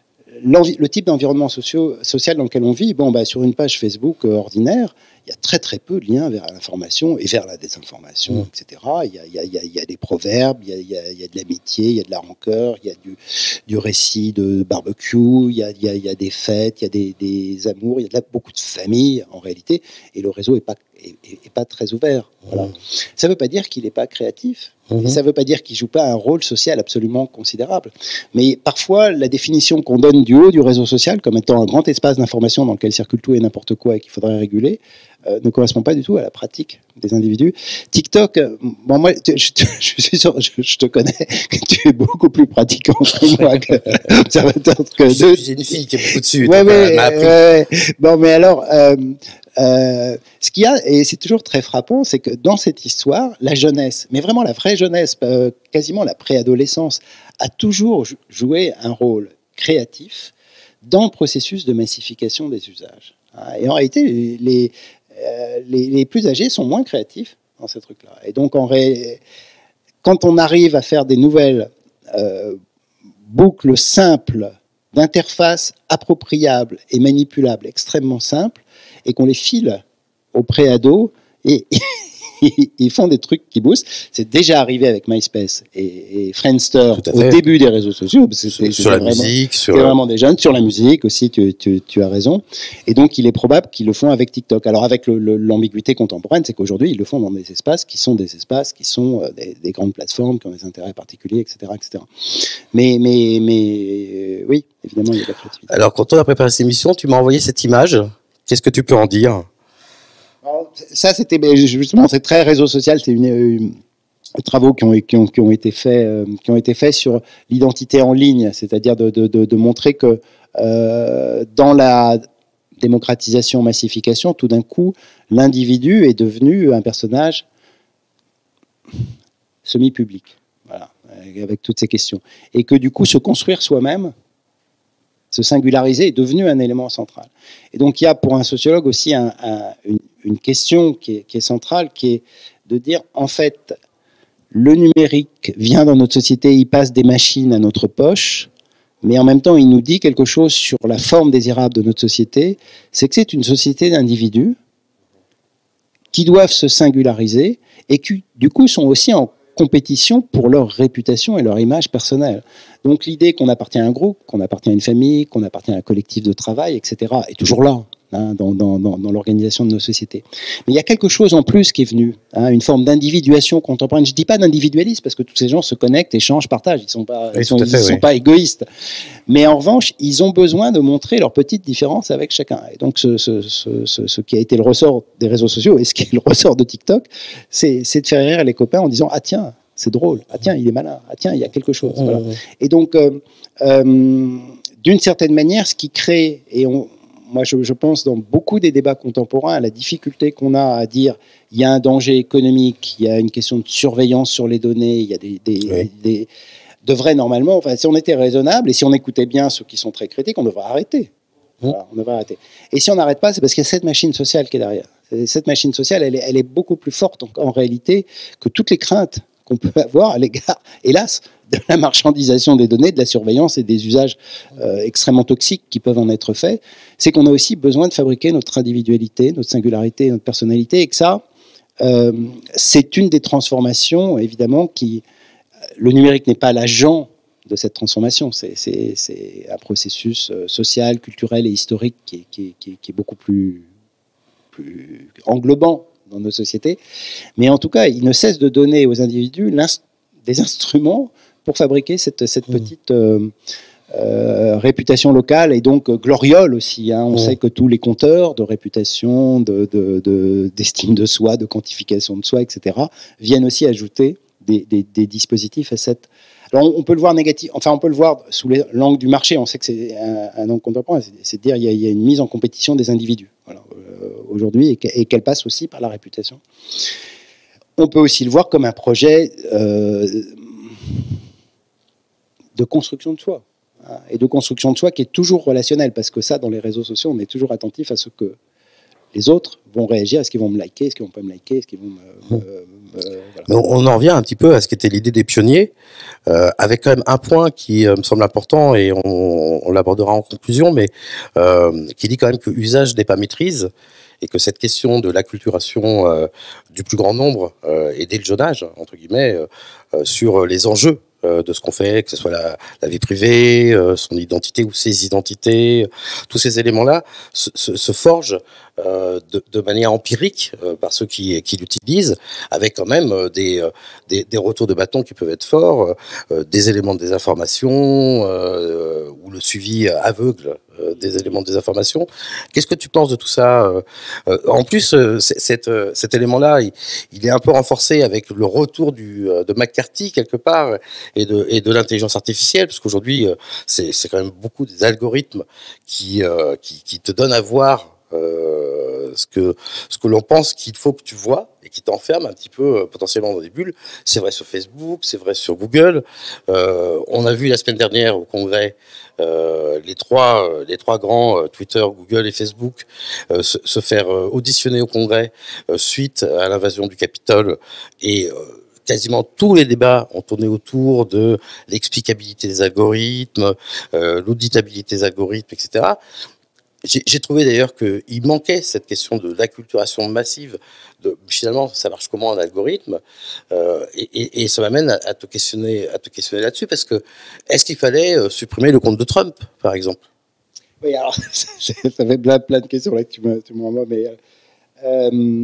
Speaker 2: le type d'environnement socio, social dans lequel on vit. Bon, bah, sur une page Facebook euh, ordinaire, il y a très très peu de liens vers l'information et vers la désinformation, mmh. et cetera. Il y a, il y a, il y a, il y a des proverbes, il y a, il y a, il y a de l'amitié, il y a de la rancœur, il y a du, du récit de barbecue, il y a, il y a, il y a des fêtes, il y a des, des amours, il y a de la, beaucoup de familles en réalité, et le réseau n'est pas, est, est pas très ouvert. Voilà. Mmh. Ça ne veut pas dire qu'il n'est pas créatif. Mmh. Et ça ne veut pas dire qu'il ne joue pas un rôle social absolument considérable. Mais parfois, la définition qu'on donne du haut du réseau social comme étant un grand espace d'information dans lequel circule tout et n'importe quoi et qu'il faudrait réguler, euh, ne correspond pas du tout à la pratique des individus. TikTok, euh, bon, moi, je, je, je suis sûr, je, je te connais, que tu es beaucoup plus pratiquant que moi, que observateur que
Speaker 1: deux. J'ai une fille qui est beaucoup dessus.
Speaker 2: Ouais, ouais, ouais. Bon, mais alors... Euh, Euh, ce qu'il y a, et c'est toujours très frappant, c'est que dans cette histoire, la jeunesse, mais vraiment la vraie jeunesse, euh, quasiment la préadolescence, a toujours joué un rôle créatif dans le processus de massification des usages. Et en réalité, les, euh, les, les plus âgés sont moins créatifs dans ces trucs-là. Et donc, en ré... quand on arrive à faire des nouvelles euh, boucles simples d'interfaces appropriables et manipulables, extrêmement simples, et qu'on les file aux préados et ils font des trucs qui boostent. C'est déjà arrivé avec MySpace et, et Friendster au début des réseaux sociaux.
Speaker 1: C'est, sur, sur la vraiment, musique, sur
Speaker 2: c'est vraiment des jeunes, sur la musique aussi. Tu, tu, tu as raison. Et donc il est probable qu'ils le font avec TikTok. Alors avec le, le, l'ambiguïté contemporaine, c'est qu'aujourd'hui ils le font dans des espaces qui sont des espaces qui sont des, des grandes plateformes qui ont des intérêts particuliers, et cetera, et cetera. Mais mais mais oui, évidemment il y a de la créativité.
Speaker 1: Alors quand on a préparé cette émission, tu m'as envoyé cette image. Qu'est-ce que tu peux en dire ?
Speaker 2: Alors, ça, c'était justement, c'est très réseau social. C'est une, une travaux qui ont, qui ont, qui ont été faits, euh, qui ont été faits sur l'identité en ligne, c'est-à-dire de, de, de, de montrer que euh, dans la démocratisation, massification, tout d'un coup, l'individu est devenu un personnage semi-public, voilà, avec toutes ces questions, et que du coup, se construire soi-même, se singulariser est devenu un élément central. Et donc il y a pour un sociologue aussi un, un, une, une question qui est, qui est centrale, qui est de dire en fait le numérique vient dans notre société, il passe des machines à notre poche, mais en même temps il nous dit quelque chose sur la forme désirable de notre société, c'est que c'est une société d'individus qui doivent se singulariser et qui du coup sont aussi en compétition pour leur réputation et leur image personnelle. Donc l'idée qu'on appartient à un groupe, qu'on appartient à une famille, qu'on appartient à un collectif de travail, et cetera, est toujours là, hein, dans, dans, dans, dans l'organisation de nos sociétés. Mais il y a quelque chose en plus qui est venu, hein, une forme d'individuation contemporaine. Je ne dis pas d'individualisme, parce que tous ces gens se connectent, échangent, partagent, ils ne sont, pas,
Speaker 1: oui,
Speaker 2: ils sont,
Speaker 1: fait,
Speaker 2: ils sont
Speaker 1: oui.
Speaker 2: pas égoïstes. Mais en revanche, ils ont besoin de montrer leurs petites différences avec chacun. Et donc ce, ce, ce, ce, ce qui a été le ressort des réseaux sociaux, et ce qui est le ressort de TikTok, c'est, c'est de faire rire les copains en disant « Ah tiens, c'est drôle. Ah tiens, il est malin. Ah tiens, il y a quelque chose. »
Speaker 1: Mmh.
Speaker 2: Voilà. Et donc, euh, euh, d'une certaine manière, ce qui crée, et on, moi je, je pense dans beaucoup des débats contemporains, à la difficulté qu'on a à dire il y a un danger économique, il y a une question de surveillance sur les données, il y a des, des,
Speaker 1: oui.
Speaker 2: des devrait normalement, enfin, si on était raisonnable et si on écoutait bien ceux qui sont très critiques, on devrait arrêter. Mmh. Voilà, on devrait arrêter. Et si on n'arrête pas, c'est parce qu'il y a cette machine sociale qui est derrière. Cette machine sociale, elle est, elle est beaucoup plus forte en, en réalité que toutes les craintes qu'on peut avoir à l'égard, hélas, de la marchandisation des données, de la surveillance et des usages euh, extrêmement toxiques qui peuvent en être faits. C'est qu'on a aussi besoin de fabriquer notre individualité, notre singularité, notre personnalité, et que ça, euh, c'est une des transformations, évidemment, qui... Le numérique n'est pas l'agent de cette transformation, c'est, c'est, c'est un processus social, culturel et historique qui est, qui est, qui est, qui est beaucoup plus, plus englobant dans nos sociétés. Mais en tout cas, il ne cesse de donner aux individus des instruments pour fabriquer cette, cette petite euh, Euh, réputation locale et donc euh, gloriole aussi. Hein. On mmh. sait que tous les compteurs de réputation, de, de, de, d'estime de soi, de quantification de soi, et cetera, viennent aussi ajouter des, des, des dispositifs à cette. Alors on, on peut le voir négatif, enfin on peut le voir sous l'angle du marché. On sait que c'est un, un angle contemporain, c'est, c'est de dire il y, a, il y a une mise en compétition des individus voilà, euh, aujourd'hui et, et qu'elle passe aussi par la réputation. On peut aussi le voir comme un projet euh, de construction de soi. Et de construction de soi qui est toujours relationnelle, parce que ça, dans les réseaux sociaux, on est toujours attentif à ce que les autres vont réagir, est-ce qu'ils vont me liker, est-ce qu'ils vont pas me liker, est-ce qu'ils vont me... me, me
Speaker 1: voilà. On en revient un petit peu à ce qu'était l'idée des pionniers, euh, avec quand même un point qui euh, me semble important, et on, on l'abordera en conclusion, mais euh, qui dit quand même que usage n'est pas maîtrise, et que cette question de l'acculturation euh, du plus grand nombre, euh, et dès le jeune âge, entre guillemets, euh, sur les enjeux de ce qu'on fait, que ce soit la, la vie privée, euh, son identité ou ses identités, tous ces éléments-là se, se, se forgent euh, de, de manière empirique euh, par ceux qui, qui l'utilisent, avec quand même euh, des, euh, des, des retours de bâton qui peuvent être forts, euh, des éléments de désinformation euh, ou le suivi aveugle euh, des éléments de désinformation. Qu'est-ce que tu penses de tout ça euh, euh, En plus, euh, cet, euh, cet élément-là, il, il est un peu renforcé avec le retour du, euh, de McCarthy quelque part, et de, et de l'intelligence artificielle, parce qu'aujourd'hui, euh, c'est, c'est quand même beaucoup des algorithmes qui, euh, qui, qui te donnent à voir euh, ce que, ce que l'on pense qu'il faut que tu vois, et qui t'enferment un petit peu euh, potentiellement dans des bulles. C'est vrai sur Facebook, c'est vrai sur Google. Euh, on a vu la semaine dernière au Congrès euh, les, trois, les trois grands, euh, Twitter, Google et Facebook, euh, se, se faire euh, auditionner au Congrès euh, suite à l'invasion du Capitole, et euh, quasiment tous les débats ont tourné autour de l'explicabilité des algorithmes, euh, l'auditabilité des algorithmes, et cetera. J'ai, j'ai trouvé d'ailleurs qu'il manquait cette question de l'acculturation massive, de finalement ça marche comment un algorithme, euh, et, et, et ça m'amène à, à te questionner, à te questionner là-dessus, parce que est-ce qu'il fallait euh, supprimer le compte de Trump, par exemple?
Speaker 2: Oui, alors ça fait plein, plein de questions là que tu me, tu m'envoies, mais euh,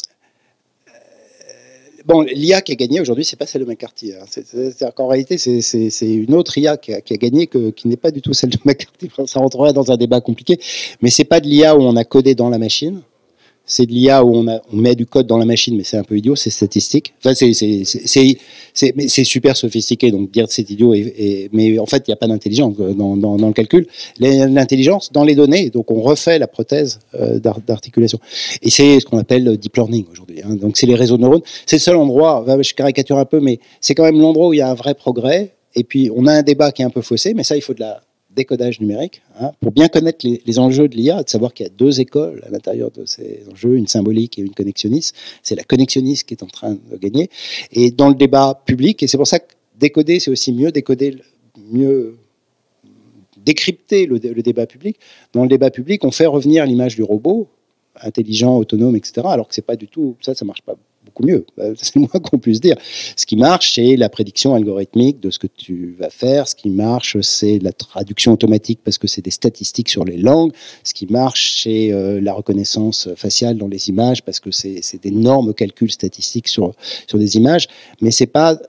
Speaker 2: bon, l'I A qui a gagné aujourd'hui, c'est pas celle de McCarthy. Hein. C'est, c'est, c'est-à-dire qu'en réalité, c'est, c'est, c'est une autre I A qui a, qui a gagné, que, qui n'est pas du tout celle de McCarthy. Ça rentrerait dans un débat compliqué. Mais c'est pas de l'I A où on a codé dans la machine. C'est de l'I A où on, a, on met du code dans la machine, mais c'est un peu idiot, c'est statistique. Enfin, c'est, c'est, c'est, c'est, c'est, mais c'est super sophistiqué, donc dire que c'est idiot, et, et, mais en fait, il n'y a pas d'intelligence dans, dans, dans le calcul. L'intelligence dans les données, donc on refait la prothèse euh, d'articulation. Et c'est ce qu'on appelle deep learning aujourd'hui. Hein. Donc c'est les réseaux de neurones. C'est le seul endroit, je caricature un peu, mais c'est quand même l'endroit où il y a un vrai progrès. Et puis, on a un débat qui est un peu faussé, mais ça, il faut de la décodage numérique, hein, pour bien connaître les, les enjeux de l'I A, de savoir qu'il y a deux écoles à l'intérieur de ces enjeux, une symbolique et une connexionniste. C'est la connexionniste qui est en train de gagner. Et dans le débat public, et c'est pour ça que décoder, c'est aussi mieux décoder, mieux décrypter le, le débat public. Dans le débat public, on fait revenir l'image du robot, intelligent, autonome, et cetera, alors que c'est pas du tout, ça, ça marche pas beaucoup mieux. C'est le moins qu'on puisse dire. Ce qui marche, c'est la prédiction algorithmique de ce que tu vas faire. Ce qui marche, c'est la traduction automatique parce que c'est des statistiques sur les langues. Ce qui marche, c'est euh, la reconnaissance faciale dans les images parce que c'est, c'est d'énormes calculs statistiques sur, sur des images. Mais c'est pas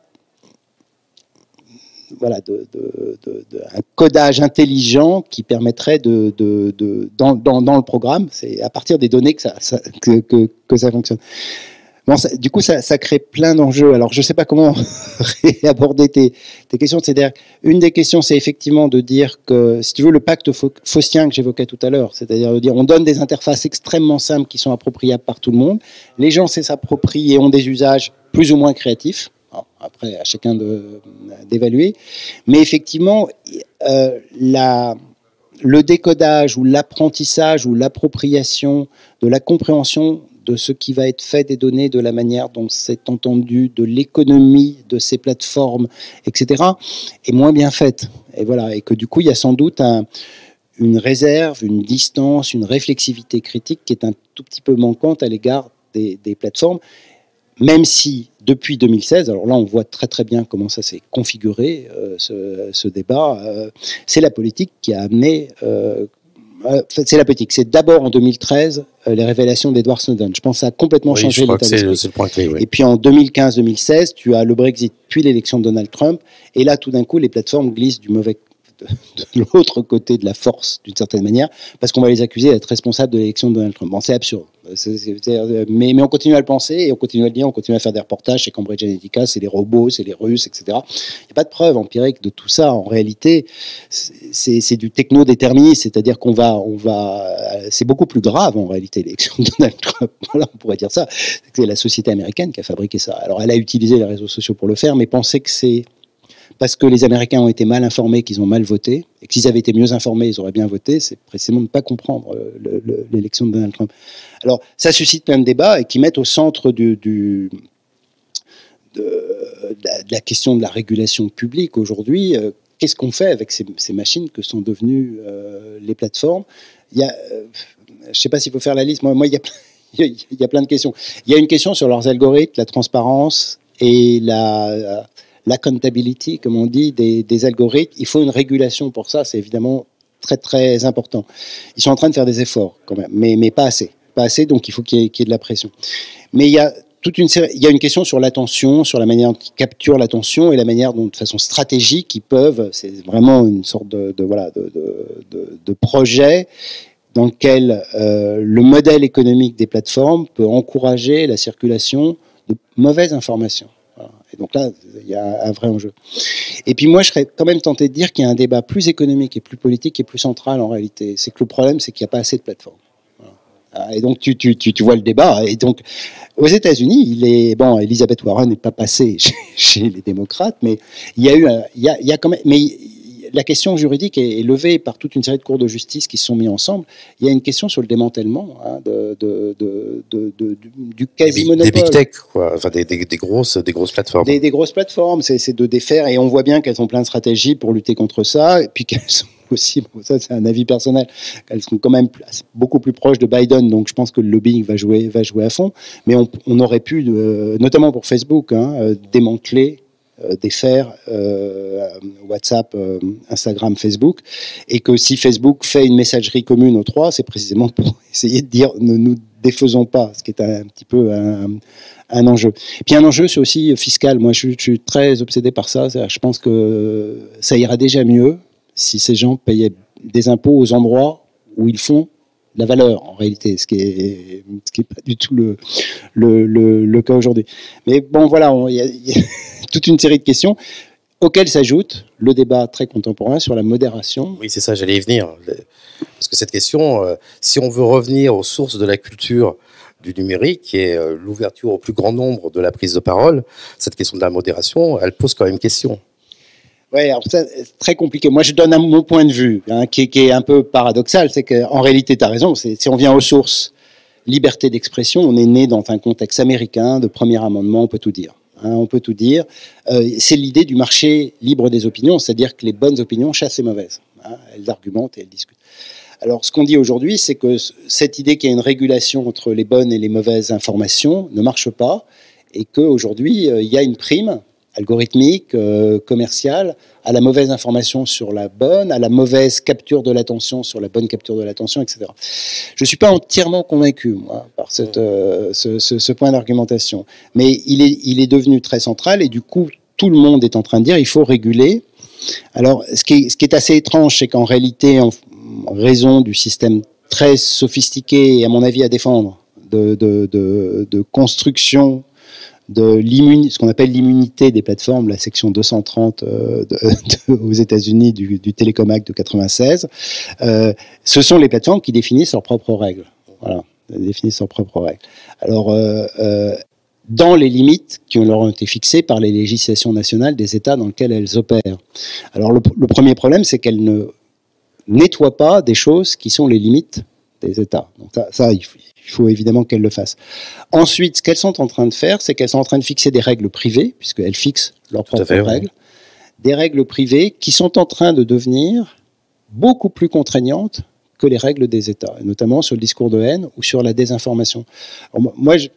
Speaker 2: voilà, de, de, de, de, un codage intelligent qui permettrait de, de, de dans, dans, dans le programme, c'est à partir des données que ça, ça, que, que, que ça fonctionne. Bon, ça, du coup, ça, ça crée plein d'enjeux. Alors, je ne sais pas comment réaborder tes, tes questions. C'est-à-dire, une des questions, c'est effectivement de dire que, si tu veux, le pacte faustien que j'évoquais tout à l'heure, c'est-à-dire de dire, on donne des interfaces extrêmement simples qui sont appropriables par tout le monde. Les gens sait s'approprient et ont des usages plus ou moins créatifs. Alors, après, à chacun de, d'évaluer. Mais effectivement, euh, la, le décodage ou l'apprentissage ou l'appropriation de la compréhension de ce qui va être fait des données, de la manière dont c'est entendu, de l'économie de ces plateformes, et cetera, est moins bien faite. Et voilà, et que du coup, il y a sans doute un, une réserve, une distance, une réflexivité critique qui est un tout petit peu manquante à l'égard des, des plateformes, même si depuis deux mille seize, alors là, on voit très très bien comment ça s'est configuré, euh, ce, ce débat, euh, c'est la politique qui a amené... Euh, c'est la politique. C'est d'abord en deux mille treize euh, les révélations d'Edward Snowden. Je pense que ça a complètement
Speaker 1: oui,
Speaker 2: changé
Speaker 1: l'état
Speaker 2: d'esprit.
Speaker 1: C'est, c'est le point clé, oui.
Speaker 2: Et puis en deux mille quinze deux mille seize, tu as le Brexit, puis l'élection de Donald Trump. Et là, tout d'un coup, les plateformes glissent du mauvais, de, de l'autre côté de la force, d'une certaine manière, parce qu'on va les accuser d'être responsables de l'élection de Donald Trump. Bon, c'est absurde. C'est, c'est, c'est, mais, mais on continue à le penser, et on continue à le dire, on continue à faire des reportages, c'est Cambridge Analytica, c'est les robots, c'est les Russes, et cetera. Il n'y a pas de preuve empirique de tout ça. En réalité, c'est, c'est du techno-déterminisme, c'est-à-dire qu'on va, on va, c'est beaucoup plus grave en réalité l'élection de Donald Trump. Voilà, on pourrait dire ça. C'est la société américaine qui a fabriqué ça. Alors, elle a utilisé les réseaux sociaux pour le faire, mais penser que c'est parce que les Américains ont été mal informés qu'ils ont mal voté, et que s'ils avaient été mieux informés, ils auraient bien voté, c'est précisément de ne pas comprendre le, le, l'élection de Donald Trump. Alors, ça suscite plein de débats et qui mettent au centre du, du, de, de, la, de la question de la régulation publique aujourd'hui. Euh, qu'est-ce qu'on fait avec ces, ces machines que sont devenues euh, les plateformes? Il y a, euh, je ne sais pas s'il faut faire la liste, moi, moi il, y a, il y a plein de questions. Il y a une question sur leurs algorithmes, la transparence et la... la l'accountability, comme on dit, des, des algorithmes. Il faut une régulation pour ça, c'est évidemment très très important. Ils sont en train de faire des efforts quand même, mais, mais pas assez. Pas assez, donc il faut qu'il y ait, qu'il y ait de la pression. Mais il y a toute une série, il y a une question sur l'attention, sur la manière dont ils capturent l'attention et la manière dont, de façon stratégique, ils peuvent, c'est vraiment une sorte de, de, voilà, de, de, de, de projet dans lequel euh, le modèle économique des plateformes peut encourager la circulation de mauvaises informations. Et donc là, il y a un vrai enjeu. Et puis moi, je serais quand même tenté de dire qu'il y a un débat plus économique et plus politique et plus central en réalité. C'est que le problème, c'est qu'il n'y a pas assez de plateformes. Voilà. Et donc tu, tu, tu, tu vois le débat. Et donc aux États-Unis, il est bon. Elizabeth Warren n'est pas passée chez, chez les démocrates, mais il y a eu, un, il y a, il y a quand même, mais la question juridique est, est levée par toute une série de cours de justice qui se sont mis ensemble. Il y a une question sur le démantèlement hein, de, de, de, de, de, du quasi-monopole.
Speaker 1: Des big tech, quoi. Enfin, des, des, des, grosses, des grosses plateformes.
Speaker 2: Des, des grosses plateformes, c'est, c'est de défaire. Et on voit bien qu'elles ont plein de stratégies pour lutter contre ça. Et puis qu'elles sont aussi, bon, ça c'est un avis personnel, qu'elles sont quand même beaucoup plus proches de Biden. Donc je pense que le lobbying va jouer, va jouer à fond. Mais on, on aurait pu, euh, notamment pour Facebook, hein, euh, démanteler défaire euh, WhatsApp, euh, Instagram, Facebook, et que si Facebook fait une messagerie commune aux trois, c'est précisément pour essayer de dire ne nous défaisons pas, ce qui est un, un petit peu un, un enjeu. Et puis un enjeu, c'est aussi fiscal. Moi, je, je suis très obsédé par ça. Je pense que ça ira déjà mieux si ces gens payaient des impôts aux endroits où ils font la valeur, en réalité, ce qui est, ce qui est pas du tout le, le, le, le cas aujourd'hui. Mais bon, voilà, il y, y a toute une série de questions auxquelles s'ajoute le débat très contemporain sur la modération.
Speaker 1: Oui, c'est ça, j'allais y venir. Parce que cette question, euh, si on veut revenir aux sources de la culture du numérique, qui est euh, l'ouverture au plus grand nombre de la prise de parole, cette question de la modération, elle pose quand même question.
Speaker 2: Oui, alors ça, c'est très compliqué. Moi, je donne un, mon point de vue, hein, qui, qui est un peu paradoxal. C'est qu'en réalité, tu as raison. C'est, si on vient aux sources, liberté d'expression, on est né dans un contexte américain de premier amendement, on peut tout dire. Hein, on peut tout dire. Euh, c'est l'idée du marché libre des opinions, c'est-à-dire que les bonnes opinions chassent les mauvaises. Hein, elles argumentent et elles discutent. Alors, ce qu'on dit aujourd'hui, c'est que cette idée qu'il y a une régulation entre les bonnes et les mauvaises informations ne marche pas, et qu'aujourd'hui, euh, il y a une prime algorithmique, euh, commerciale, à la mauvaise information sur la bonne, à la mauvaise capture de l'attention sur la bonne capture de l'attention, et cetera. Je ne suis pas entièrement convaincu, moi, par cette, euh, ce, ce, ce point d'argumentation. Mais il est, il est devenu très central, et du coup, tout le monde est en train de dire qu'il faut réguler. Alors, ce qui est, ce qui est assez étrange, c'est qu'en réalité, en, en raison du système très sophistiqué, et à mon avis à défendre, de, de, de, de construction de ce qu'on appelle l'immunité des plateformes, la section deux cent trente euh, de, de, aux États-Unis du, du Telecom Act de quatre-vingt-seize, euh, ce sont les plateformes qui définissent leurs propres règles. Voilà, définissent leurs propres règles. Alors, euh, euh, dans les limites qui leur ont été fixées par les législations nationales des États dans lesquels elles opèrent. Alors, le, le premier problème, c'est qu'elles ne nettoient pas des choses qui sont les limites des États. Donc ça, ça il faut, il faut évidemment qu'elles le fassent. Ensuite, ce qu'elles sont en train de faire, c'est qu'elles sont en train de fixer des règles privées, puisqu'elles fixent leurs propres fait, règles, oui. Des règles privées qui sont en train de devenir beaucoup plus contraignantes que les règles des États, notamment sur le discours de haine ou sur la désinformation. Alors, moi, je,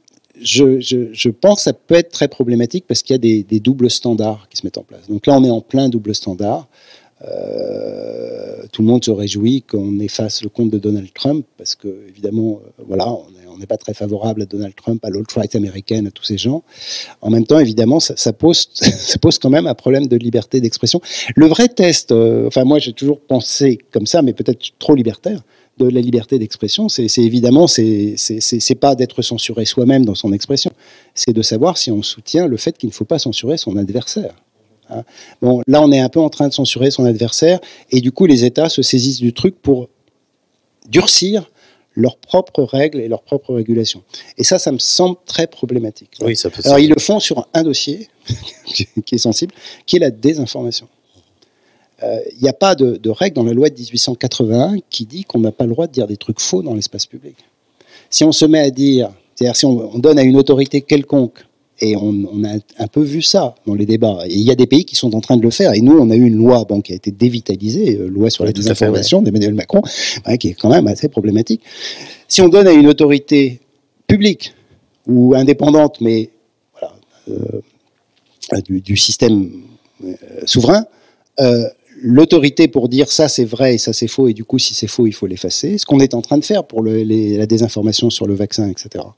Speaker 2: je, je, je pense que ça peut être très problématique parce qu'il y a des, des doubles standards qui se mettent en place. Donc là, on est en plein double standard. Euh, tout le monde se réjouit qu'on efface le compte de Donald Trump parce que, évidemment, euh, voilà, on n'est pas très favorable à Donald Trump, à l'alt-right américaine, à tous ces gens. En même temps, évidemment, ça, ça, pose, ça pose quand même un problème de liberté d'expression. Le vrai test, euh, enfin, moi, j'ai toujours pensé comme ça, mais peut-être trop libertaire, de la liberté d'expression, c'est évidemment, c'est pas d'être censuré soi-même dans son expression, c'est de savoir si on soutient le fait qu'il ne faut pas censurer son adversaire. Hein. Bon, là, on est un peu en train de censurer son adversaire, et du coup, les États se saisissent du truc pour durcir leurs propres règles et leurs propres régulations. Et ça, ça me semble très problématique.
Speaker 1: Oui, ça peut
Speaker 2: Alors, ils le font sur un dossier qui est sensible, qui est la désinformation. Il euh, n'y a pas de, de règle dans la loi de mille huit cent quatre-vingt-un qui dit qu'on n'a pas le droit de dire des trucs faux dans l'espace public. Si on se met à dire, c'est-à-dire si on, on donne à une autorité quelconque, et on, on a un peu vu ça dans les débats, et il y a des pays qui sont en train de le faire, et nous, on a eu une loi bon, qui a été dévitalisée, euh, loi sur oui, la désinformation ouais. d'Emmanuel Macron, hein, qui est quand même assez problématique. Si on donne à une autorité publique ou indépendante, mais voilà, euh, du, du système euh, souverain, euh, l'autorité pour dire ça c'est vrai et ça c'est faux, et du coup si c'est faux il faut l'effacer, ce qu'on est en train de faire pour le, les, la désinformation sur le vaccin, et cetera.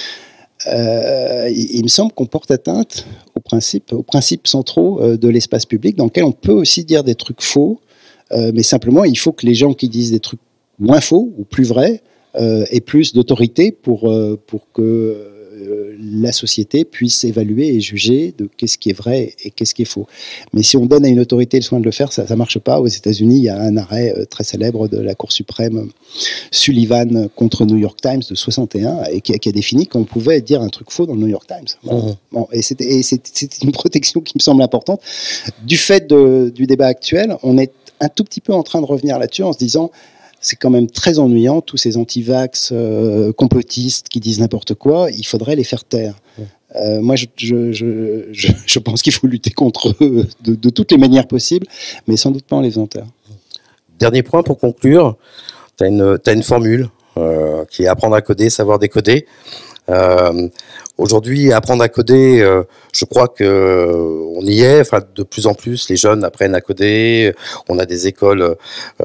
Speaker 2: Euh, il, il me semble qu'on porte atteinte aux principes, aux principes centraux euh, de l'espace public, dans lequel on peut aussi dire des trucs faux, euh, mais simplement il faut que les gens qui disent des trucs moins faux ou plus vrais euh, aient plus d'autorité pour, euh, pour que euh, la société puisse évaluer et juger de qu'est-ce qui est vrai et qu'est-ce qui est faux. Mais si on donne à une autorité le soin de le faire, ça ne marche pas. Aux États-Unis, il y a un arrêt euh, très célèbre de la Cour suprême Sullivan contre New York Times de soixante et un et qui a, qui a défini qu'on pouvait dire un truc faux dans le New York Times. Bon, mmh. bon, et c'est une protection qui me semble importante. Du fait de, du débat actuel, on est un tout petit peu en train de revenir là-dessus en se disant c'est quand même très ennuyant, tous ces anti-vax euh, complotistes qui disent n'importe quoi, il faudrait les faire taire. Ouais. Euh, moi, je, je, je, je, je pense qu'il faut lutter contre eux de, de toutes les manières possibles, mais sans doute pas en les faisant taire.
Speaker 1: Dernier point pour conclure, tu as une, t'as une formule euh, qui est apprendre à coder, savoir décoder. Euh, Aujourd'hui, apprendre à coder, euh, je crois que euh, on y est. Enfin, de plus en plus, les jeunes apprennent à coder. On a des écoles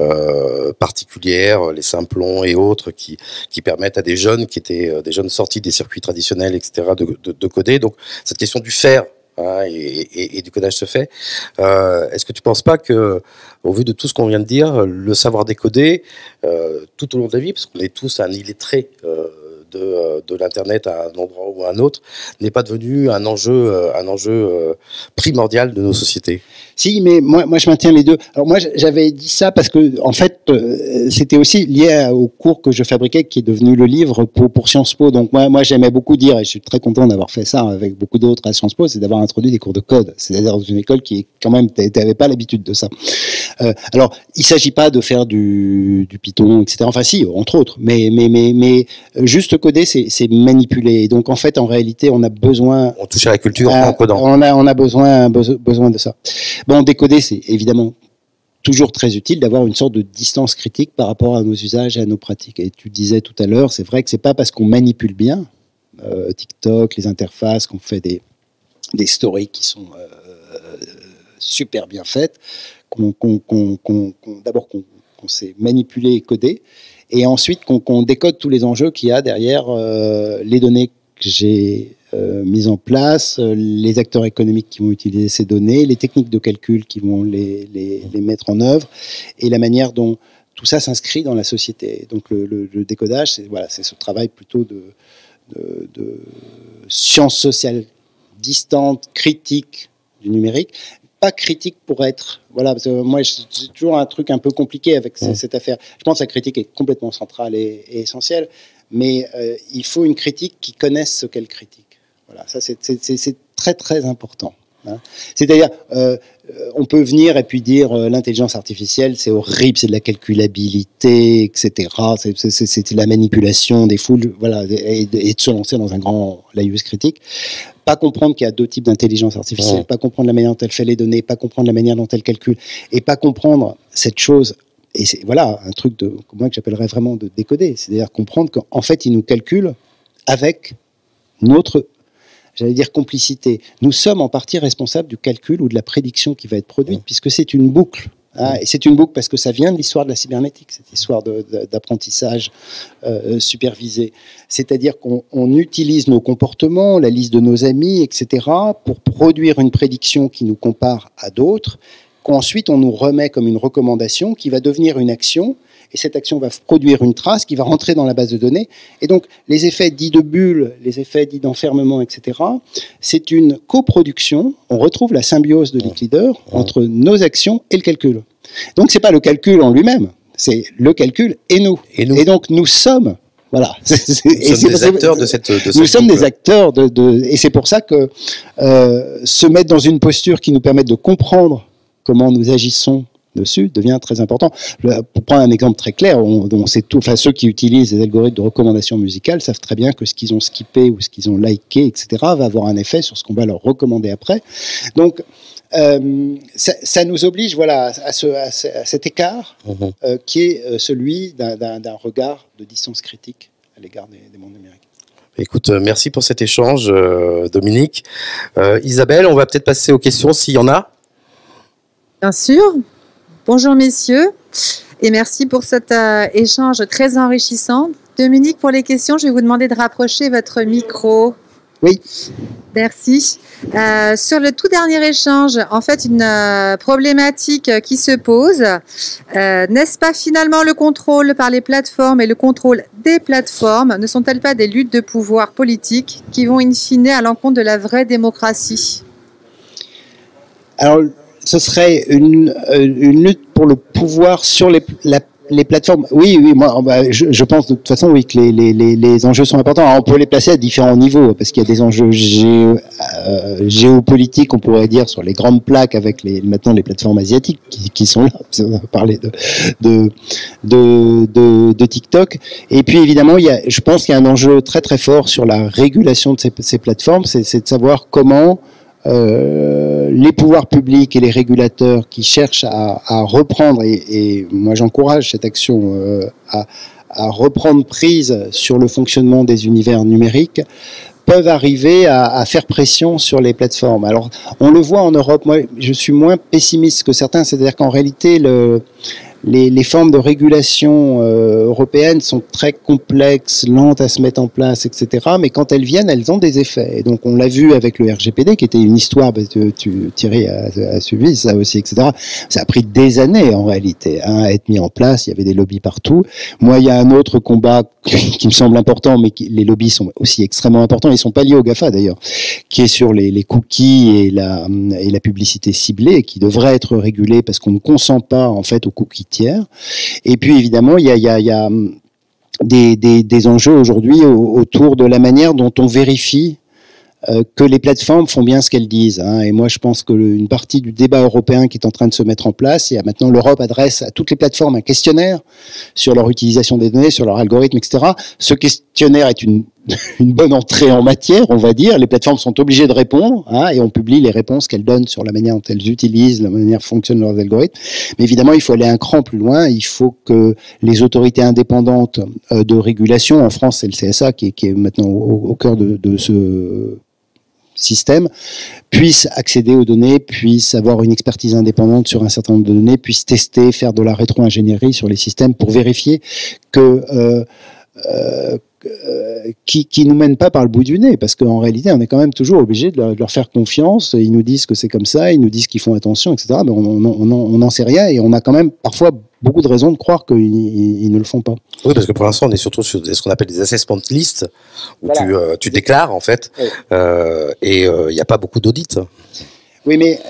Speaker 1: euh, particulières, les Simplon et autres, qui qui permettent à des jeunes qui étaient euh, des jeunes sortis des circuits traditionnels, et cetera, de, de, de coder. Donc, cette question du faire hein, et, et, et du codage se fait. Euh, Est-ce que tu penses pas que, au vu de tout ce qu'on vient de dire, le savoir décoder euh, tout au long de la vie, parce qu'on est tous un illettré. Euh, de, de l'internet à un endroit ou à un autre, n'est pas devenu un enjeu, un enjeu primordial de nos sociétés.
Speaker 2: Si, mais moi, moi je maintiens les deux. Alors moi, j'avais dit ça parce que, en fait, euh, c'était aussi lié au cours que je fabriquais, qui est devenu le livre pour, pour Sciences Po. Donc moi, moi j'aimais beaucoup dire, et je suis très content d'avoir fait ça avec beaucoup d'autres à Sciences Po, c'est d'avoir introduit des cours de code. C'est-à-dire dans une école qui est quand même, t'avais pas l'habitude de ça. Euh, alors, il s'agit pas de faire du, du Python, et cetera. Enfin, si, entre autres. Mais, mais, mais, mais juste coder, c'est manipuler. Et donc, en fait, en réalité, on a besoin.
Speaker 1: On touche à la culture à, en codant.
Speaker 2: On a, on a besoin, besoin de ça. Bon, décoder, c'est évidemment toujours très utile d'avoir une sorte de distance critique par rapport à nos usages et à nos pratiques. Et tu disais tout à l'heure, c'est vrai que c'est pas parce qu'on manipule bien euh, TikTok, les interfaces, qu'on fait des, des stories qui sont euh, super bien faites, qu'on, qu'on, qu'on, qu'on, qu'on, d'abord qu'on, qu'on sait manipuler et coder, et ensuite qu'on, qu'on décode tous les enjeux qu'il y a derrière euh, les données que j'ai Euh, mise en place, euh, les acteurs économiques qui vont utiliser ces données, les techniques de calcul qui vont les, les, les mettre en œuvre, et la manière dont tout ça s'inscrit dans la société. Donc le, le, le décodage, c'est voilà, c'est ce travail plutôt de, de, de sciences sociales distantes, critiques du numérique. Pas critique pour être, voilà, parce que moi j'ai toujours un truc un peu compliqué avec mmh. cette affaire. Je pense que la critique est complètement centrale et, et essentielle, mais euh, il faut une critique qui connaisse ce qu'elle critique. Voilà, ça c'est très très important. Hein. C'est-à-dire, euh, on peut venir et puis dire euh, l'intelligence artificielle, c'est horrible, c'est de la calculabilité, et cetera. C'est la manipulation des foules, voilà, et, et de se lancer dans un grand laïus critique. Pas comprendre qu'il y a deux types d'intelligence artificielle, ouais. Pas comprendre la manière dont elle fait les données, pas comprendre la manière dont elle calcule, et pas comprendre cette chose. Et c'est voilà un truc de moi que j'appellerais vraiment de décoder, c'est-à-dire comprendre qu'en fait, il nous calcule avec notre, j'allais dire, complicité. Nous sommes en partie responsables du calcul ou de la prédiction qui va être produite, ouais. Puisque c'est une boucle Hein, et c'est une boucle parce que ça vient de l'histoire de la cybernétique, cette histoire de, de, d'apprentissage euh, supervisé. C'est-à-dire qu'on on utilise nos comportements, la liste de nos amis, et cetera, pour produire une prédiction qui nous compare à d'autres, qu'ensuite on nous remet comme une recommandation qui va devenir une action. Et cette action va produire une trace qui va rentrer dans la base de données. Et donc, les effets dits de bulle, les effets dits d'enfermement, et cetera, c'est une coproduction. On retrouve la symbiose de Licklider entre nos actions et le calcul. Donc, c'est pas le calcul en lui-même, c'est le calcul et nous. Et, nous. Et donc, nous sommes... Voilà.
Speaker 1: Nous et sommes des acteurs de cette. De
Speaker 2: nous
Speaker 1: cette
Speaker 2: sommes
Speaker 1: boucle.
Speaker 2: des acteurs de, de, et c'est pour ça que euh, se mettre dans une posture qui nous permette de comprendre comment nous agissons dessus devient très important. Pour prendre un exemple très clair, on, on sait tout, enfin, ceux qui utilisent les algorithmes de recommandation musicale savent très bien que ce qu'ils ont skippé ou ce qu'ils ont liké, et cetera, va avoir un effet sur ce qu'on va leur recommander après. Donc, euh, ça, ça nous oblige, voilà, à, ce, à, ce, à cet écart mmh. euh, qui est celui d'un, d'un, d'un regard de distance critique à l'égard des, des mondes numériques.
Speaker 1: Écoute, euh, merci pour cet échange, euh, Dominique. Euh, Isabelle, on va peut-être passer aux questions s'il y en a.
Speaker 3: Bien sûr. Bonjour messieurs, et merci pour cet euh, échange très enrichissant. Dominique, pour les questions, je vais vous demander de rapprocher votre micro.
Speaker 2: Oui.
Speaker 3: Merci. Euh, sur le tout dernier échange, en fait, une euh, problématique qui se pose, euh, n'est-ce pas finalement le contrôle par les plateformes et le contrôle des plateformes, ne sont-elles pas des luttes de pouvoir politique qui vont in fine à l'encontre de la vraie démocratie ?
Speaker 2: Alors, ce serait une, une lutte pour le pouvoir sur les, la, les plateformes. Oui, oui, moi, bah, je, je pense de toute façon, oui, que les, les, les, les enjeux sont importants. Alors, on peut les placer à différents niveaux, parce qu'il y a des enjeux géo, euh, géopolitiques, on pourrait dire, sur les grandes plaques avec les, maintenant les plateformes asiatiques qui, qui sont là. On va parler de, de, de, de, de TikTok. Et puis, évidemment, il y a, je pense qu'il y a un enjeu très, très fort sur la régulation de ces, ces plateformes. C'est, c'est de savoir comment Euh, les pouvoirs publics et les régulateurs qui cherchent à, à reprendre, et, et moi j'encourage cette action, euh, à, à reprendre prise sur le fonctionnement des univers numériques, peuvent arriver à, à faire pression sur les plateformes. Alors on le voit en Europe, moi je suis moins pessimiste que certains, c'est-à-dire qu'en réalité le Les, les formes de régulation euh, européennes sont très complexes, lentes à se mettre en place, et cetera. Mais quand elles viennent, elles ont des effets. Et donc, on l'a vu avec le R G P D, qui était une histoire, bah, tu, tu, Thierry a, a suivi ça aussi, et cetera. Ça a pris des années, en réalité, hein, à être mis en place. Il y avait des lobbies partout. Moi, il y a un autre combat qui me semble important, mais qui, les lobbies sont aussi extrêmement importants. Ils sont pas liés au GAFA, d'ailleurs, qui est sur les, les cookies et la, et la publicité ciblée, qui devrait être régulée parce qu'on ne consent pas, en fait, aux cookies tiers. Et puis évidemment, il y a, il y a, il y a des, des, des enjeux aujourd'hui autour de la manière dont on vérifie euh, que les plateformes font bien ce qu'elles disent. Hein. Et moi, je pense que le, une partie du débat européen qui est en train de se mettre en place, et maintenant l'Europe adresse à toutes les plateformes un questionnaire sur leur utilisation des données, sur leur algorithme, et cetera. Ce questionnaire est une une bonne entrée en matière, on va dire. Les plateformes sont obligées de répondre, hein, et on publie les réponses qu'elles donnent sur la manière dont elles utilisent, la manière dont fonctionnent leurs algorithmes. Mais évidemment, il faut aller un cran plus loin. Il faut que les autorités indépendantes euh, de régulation, en France, c'est le C S A qui est, qui est maintenant au, au cœur de, de ce système, puissent accéder aux données, puissent avoir une expertise indépendante sur un certain nombre de données, puissent tester, faire de la rétro-ingénierie sur les systèmes pour vérifier que euh, euh, Euh, qui, qui nous mènent pas par le bout du nez, parce qu'en réalité, on est quand même toujours obligé de leur, de leur faire confiance. Ils nous disent que c'est comme ça, ils nous disent qu'ils font attention, et cetera. Mais on n'en sait rien, et on a quand même parfois beaucoup de raisons de croire qu'ils ils, ils ne le font pas.
Speaker 1: Oui, parce que pour l'instant, on est surtout sur ce qu'on appelle des assessment lists, où voilà. tu, euh, tu déclares, en fait, oui. euh, et il euh, n'y a pas beaucoup d'audits.
Speaker 2: Oui, mais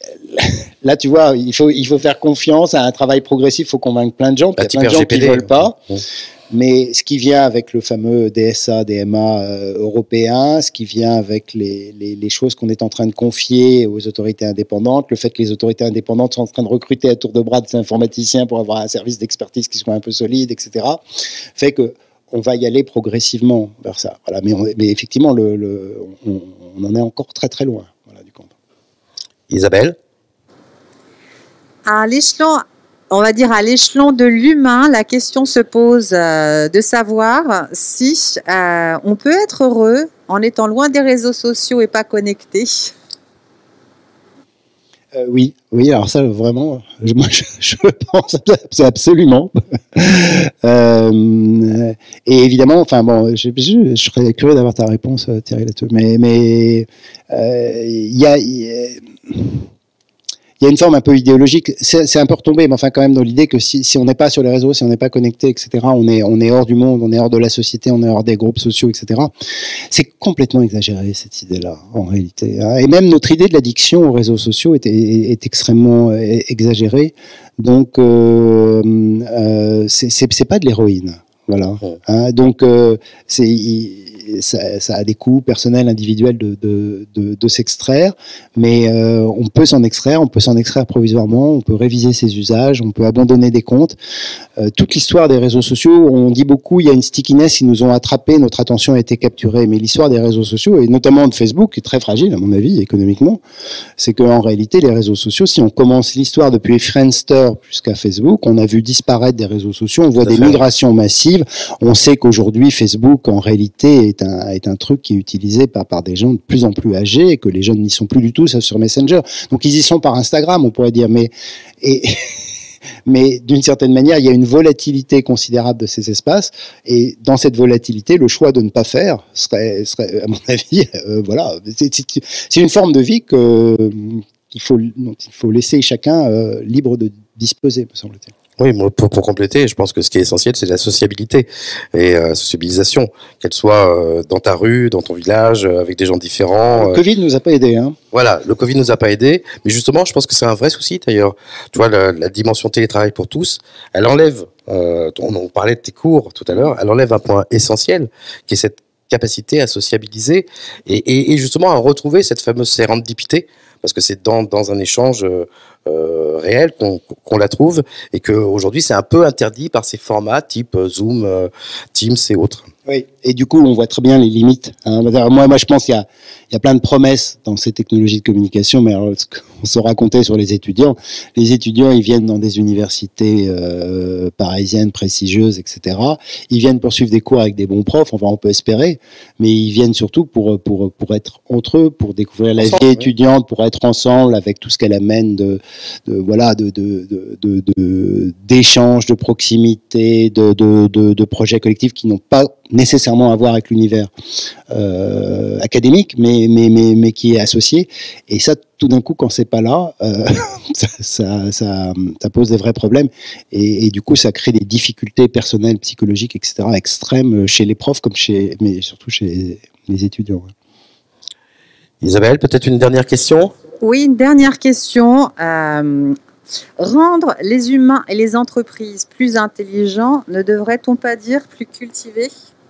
Speaker 2: là, tu vois, il faut, il faut faire confiance à un travail progressif, il faut convaitre plein de gens, puis il y a plein de gens qui ne veulent pas. Oui. Mais ce qui vient avec le fameux D S A, D M A euh, européen, ce qui vient avec les, les, les choses qu'on est en train de confier aux autorités indépendantes, le fait que les autorités indépendantes sont en train de recruter à tour de bras des informaticiens pour avoir un service d'expertise qui soit un peu solide, et cetera, fait que on va y aller progressivement vers ça. Voilà, mais, on, mais effectivement, le, le, on, on en est encore très très loin. Voilà, du compte.
Speaker 1: Isabelle ?
Speaker 3: À l'échelon On va dire à l'échelon de l'humain, la question se pose euh, de savoir si euh, on peut être heureux en étant loin des réseaux sociaux et pas connecté.
Speaker 2: Euh, oui, oui. Alors ça, vraiment, je, moi, je, je pense c'est absolument. euh, et évidemment, enfin bon, je, je, je serais curieux d'avoir ta réponse, Thierry, là-dessus. Mais, mais il euh, y a. Y a Il y a une forme un peu idéologique, c'est, c'est un peu retombé, mais enfin quand même dans l'idée que si, si on n'est pas sur les réseaux, si on n'est pas connecté, et cetera, on est, on est hors du monde, on est hors de la société, on est hors des groupes sociaux, et cetera. C'est complètement exagéré cette idée-là, en réalité. Et même notre idée de l'addiction aux réseaux sociaux est, est, est extrêmement exagérée. Donc euh, euh, c'est, c'est, c'est pas de l'héroïne, voilà. Hein, donc euh, c'est Ça, ça a des coûts personnels, individuels de, de, de, de s'extraire, mais euh, on peut s'en extraire, on peut s'en extraire provisoirement, on peut réviser ses usages, on peut abandonner des comptes. Euh, toute l'histoire des réseaux sociaux, on dit beaucoup, il y a une stickiness, ils nous ont attrapés, notre attention a été capturée, mais l'histoire des réseaux sociaux, et notamment de Facebook, est très fragile à mon avis, économiquement, c'est qu'en réalité, les réseaux sociaux, si on commence l'histoire depuis Friendster jusqu'à Facebook, on a vu disparaître des réseaux sociaux, on voit des migrations massives, on sait qu'aujourd'hui, Facebook, en réalité, est un, est un truc qui est utilisé par, par des gens de plus en plus âgés et que les jeunes n'y sont plus du tout, sauf sur Messenger. Donc ils y sont par Instagram, on pourrait dire, mais et mais d'une certaine manière, il y a une volatilité considérable de ces espaces, et dans cette volatilité, le choix de ne pas faire serait, serait à mon avis, euh, voilà, c'est, c'est, c'est une forme de vie que qu'il faut, dont il faut laisser chacun euh, libre de disposer, me semble-t-il.
Speaker 1: Oui, pour, pour compléter, je pense que ce qui est essentiel, c'est la sociabilité et euh, sociabilisation, qu'elle soit euh, dans ta rue, dans ton village, euh, avec des gens différents.
Speaker 2: Le Covid nous a pas aidés, hein.
Speaker 1: Voilà, le Covid nous a pas aidés, mais justement, je pense que c'est un vrai souci d'ailleurs. Tu vois, la, la dimension télétravail pour tous, elle enlève, euh, on, on parlait de tes cours tout à l'heure, elle enlève un point essentiel, qui est cette capacité à sociabiliser et, et, et justement à retrouver cette fameuse sérendipité, parce que c'est dans, dans un échange euh, euh, réel qu'on, qu'on la trouve, et qu'aujourd'hui c'est un peu interdit par ces formats type Zoom, euh, Teams et autres.
Speaker 2: Oui, et du coup on voit très bien les limites. Hein. Moi, moi je pense qu'il y a, il y a plein de promesses dans ces technologies de communication, mais alors, ce qu'on se racontait sur les étudiants, les étudiants ils viennent dans des universités euh, parisiennes prestigieuses, et cetera. Ils viennent pour suivre des cours avec des bons profs, enfin on peut espérer, mais ils viennent surtout pour pour pour être entre eux, pour découvrir la ensemble, vie étudiante, pour être ensemble avec tout ce qu'elle amène de, de voilà de de de, de, de d'échanges, de proximité, de de de, de projets collectifs qui n'ont pas nécessairement à voir avec l'univers euh, académique, mais, mais, mais, mais qui est associé. Et ça, tout d'un coup, quand c'est pas là, euh, ça, ça, ça, ça pose des vrais problèmes. Et, et du coup, ça crée des difficultés personnelles, psychologiques, et cetera, extrêmes chez les profs, comme chez, mais surtout chez les étudiants.
Speaker 1: Isabelle, peut-être une dernière question ?
Speaker 3: Oui, une dernière question. Euh, rendre les humains et les entreprises plus intelligents, ne devrait-on pas dire plus cultivés ?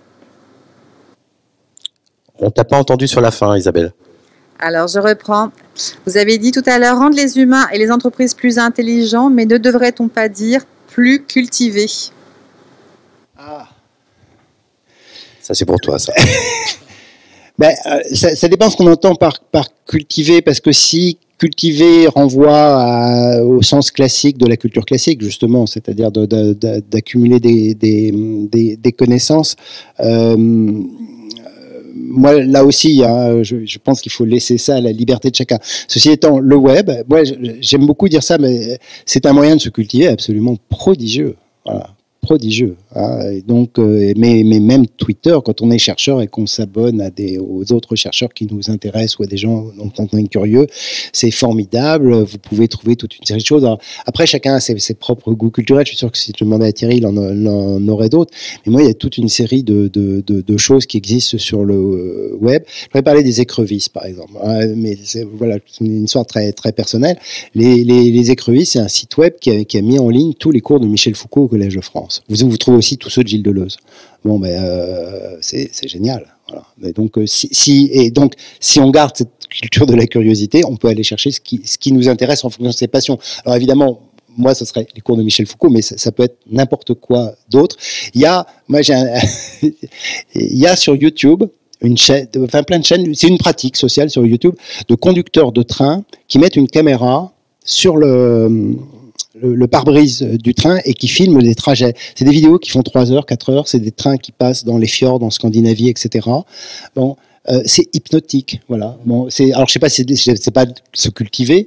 Speaker 1: On t'a pas entendu sur la fin, Isabelle.
Speaker 3: Alors, je reprends. Vous avez dit tout à l'heure, rendre les humains et les entreprises plus intelligents, mais ne devrait-on pas dire plus cultivés ?
Speaker 2: Ah.
Speaker 1: Ça, c'est pour toi, ça.
Speaker 2: Ben, euh, ça, ça dépend ce qu'on entend par, par cultiver, parce que si cultiver renvoie à, au sens classique de la culture classique, justement, c'est-à-dire de, de, de, d'accumuler des, des, des, des connaissances, euh, moi, là aussi, hein, je, je pense qu'il faut laisser ça à la liberté de chacun. Ceci étant, le web, moi, j'aime beaucoup dire ça, mais c'est un moyen de se cultiver absolument prodigieux. Voilà. Prodigieux. Hein. Et donc, euh, mais, mais même Twitter, quand on est chercheur et qu'on s'abonne à des, aux autres chercheurs qui nous intéressent ou à des gens dont on est curieux, c'est formidable. Vous pouvez trouver toute une série de choses. Alors, après, chacun a ses, ses propres goûts culturels. Je suis sûr que si je demandais à Thierry, il en, il en aurait d'autres. Mais moi, il y a toute une série de, de, de, de choses qui existent sur le web. Je pourrais parler des écrevisses, par exemple. Mais c'est, voilà, c'est une histoire très, très personnelle. Les, les, les écrevisses, c'est un site web qui a, qui a mis en ligne tous les cours de Michel Foucault au Collège de France. Vous, vous trouvez aussi tous ceux de Gilles Deleuze. Bon, ben, euh, c'est, c'est génial. Voilà. Et donc, euh, si, si, et donc, si on garde cette culture de la curiosité, on peut aller chercher ce qui, ce qui nous intéresse en fonction de ses passions. Alors, évidemment, moi, ce serait les cours de Michel Foucault, mais ça, ça peut être n'importe quoi d'autre. Il y a, moi, j'ai un, il y a sur YouTube une chaîne, enfin, plein de chaînes, c'est une pratique sociale sur YouTube, de conducteurs de train qui mettent une caméra sur le, le, le pare-brise du train et qui filment des trajets. C'est des vidéos qui font trois heures, quatre heures, c'est des trains qui passent dans les fjords, en Scandinavie, et cetera. Bon, euh, c'est hypnotique, voilà. Bon, c'est, alors je sais pas si c'est, c'est pas se cultiver,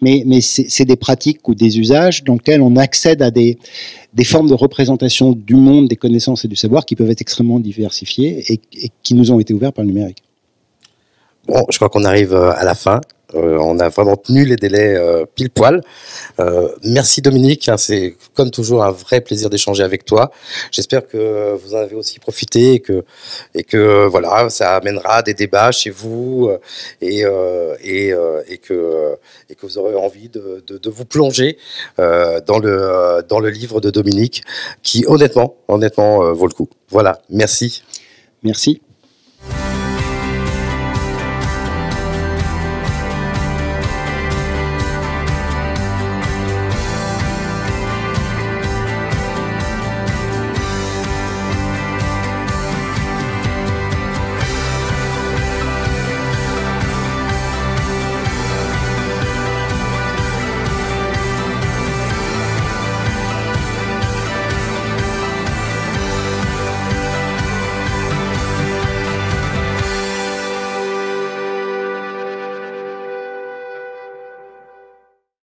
Speaker 2: mais, mais c'est, c'est des pratiques ou des usages dans lesquels on accède à des, des formes de représentation du monde, des connaissances et du savoir qui peuvent être extrêmement diversifiées et, et qui nous ont été ouverts par le numérique.
Speaker 1: Bon, je crois qu'on arrive à la fin. Euh, on a vraiment tenu les délais euh, pile poil. Euh, merci Dominique, hein, c'est comme toujours un vrai plaisir d'échanger avec toi. J'espère que vous en avez aussi profité et que, et que voilà, ça amènera des débats chez vous euh, et, euh, et, euh, et, que, et que vous aurez envie de, de, de vous plonger euh, dans, le, dans le livre de Dominique qui honnêtement, honnêtement euh, vaut le coup. Voilà, merci.
Speaker 2: Merci.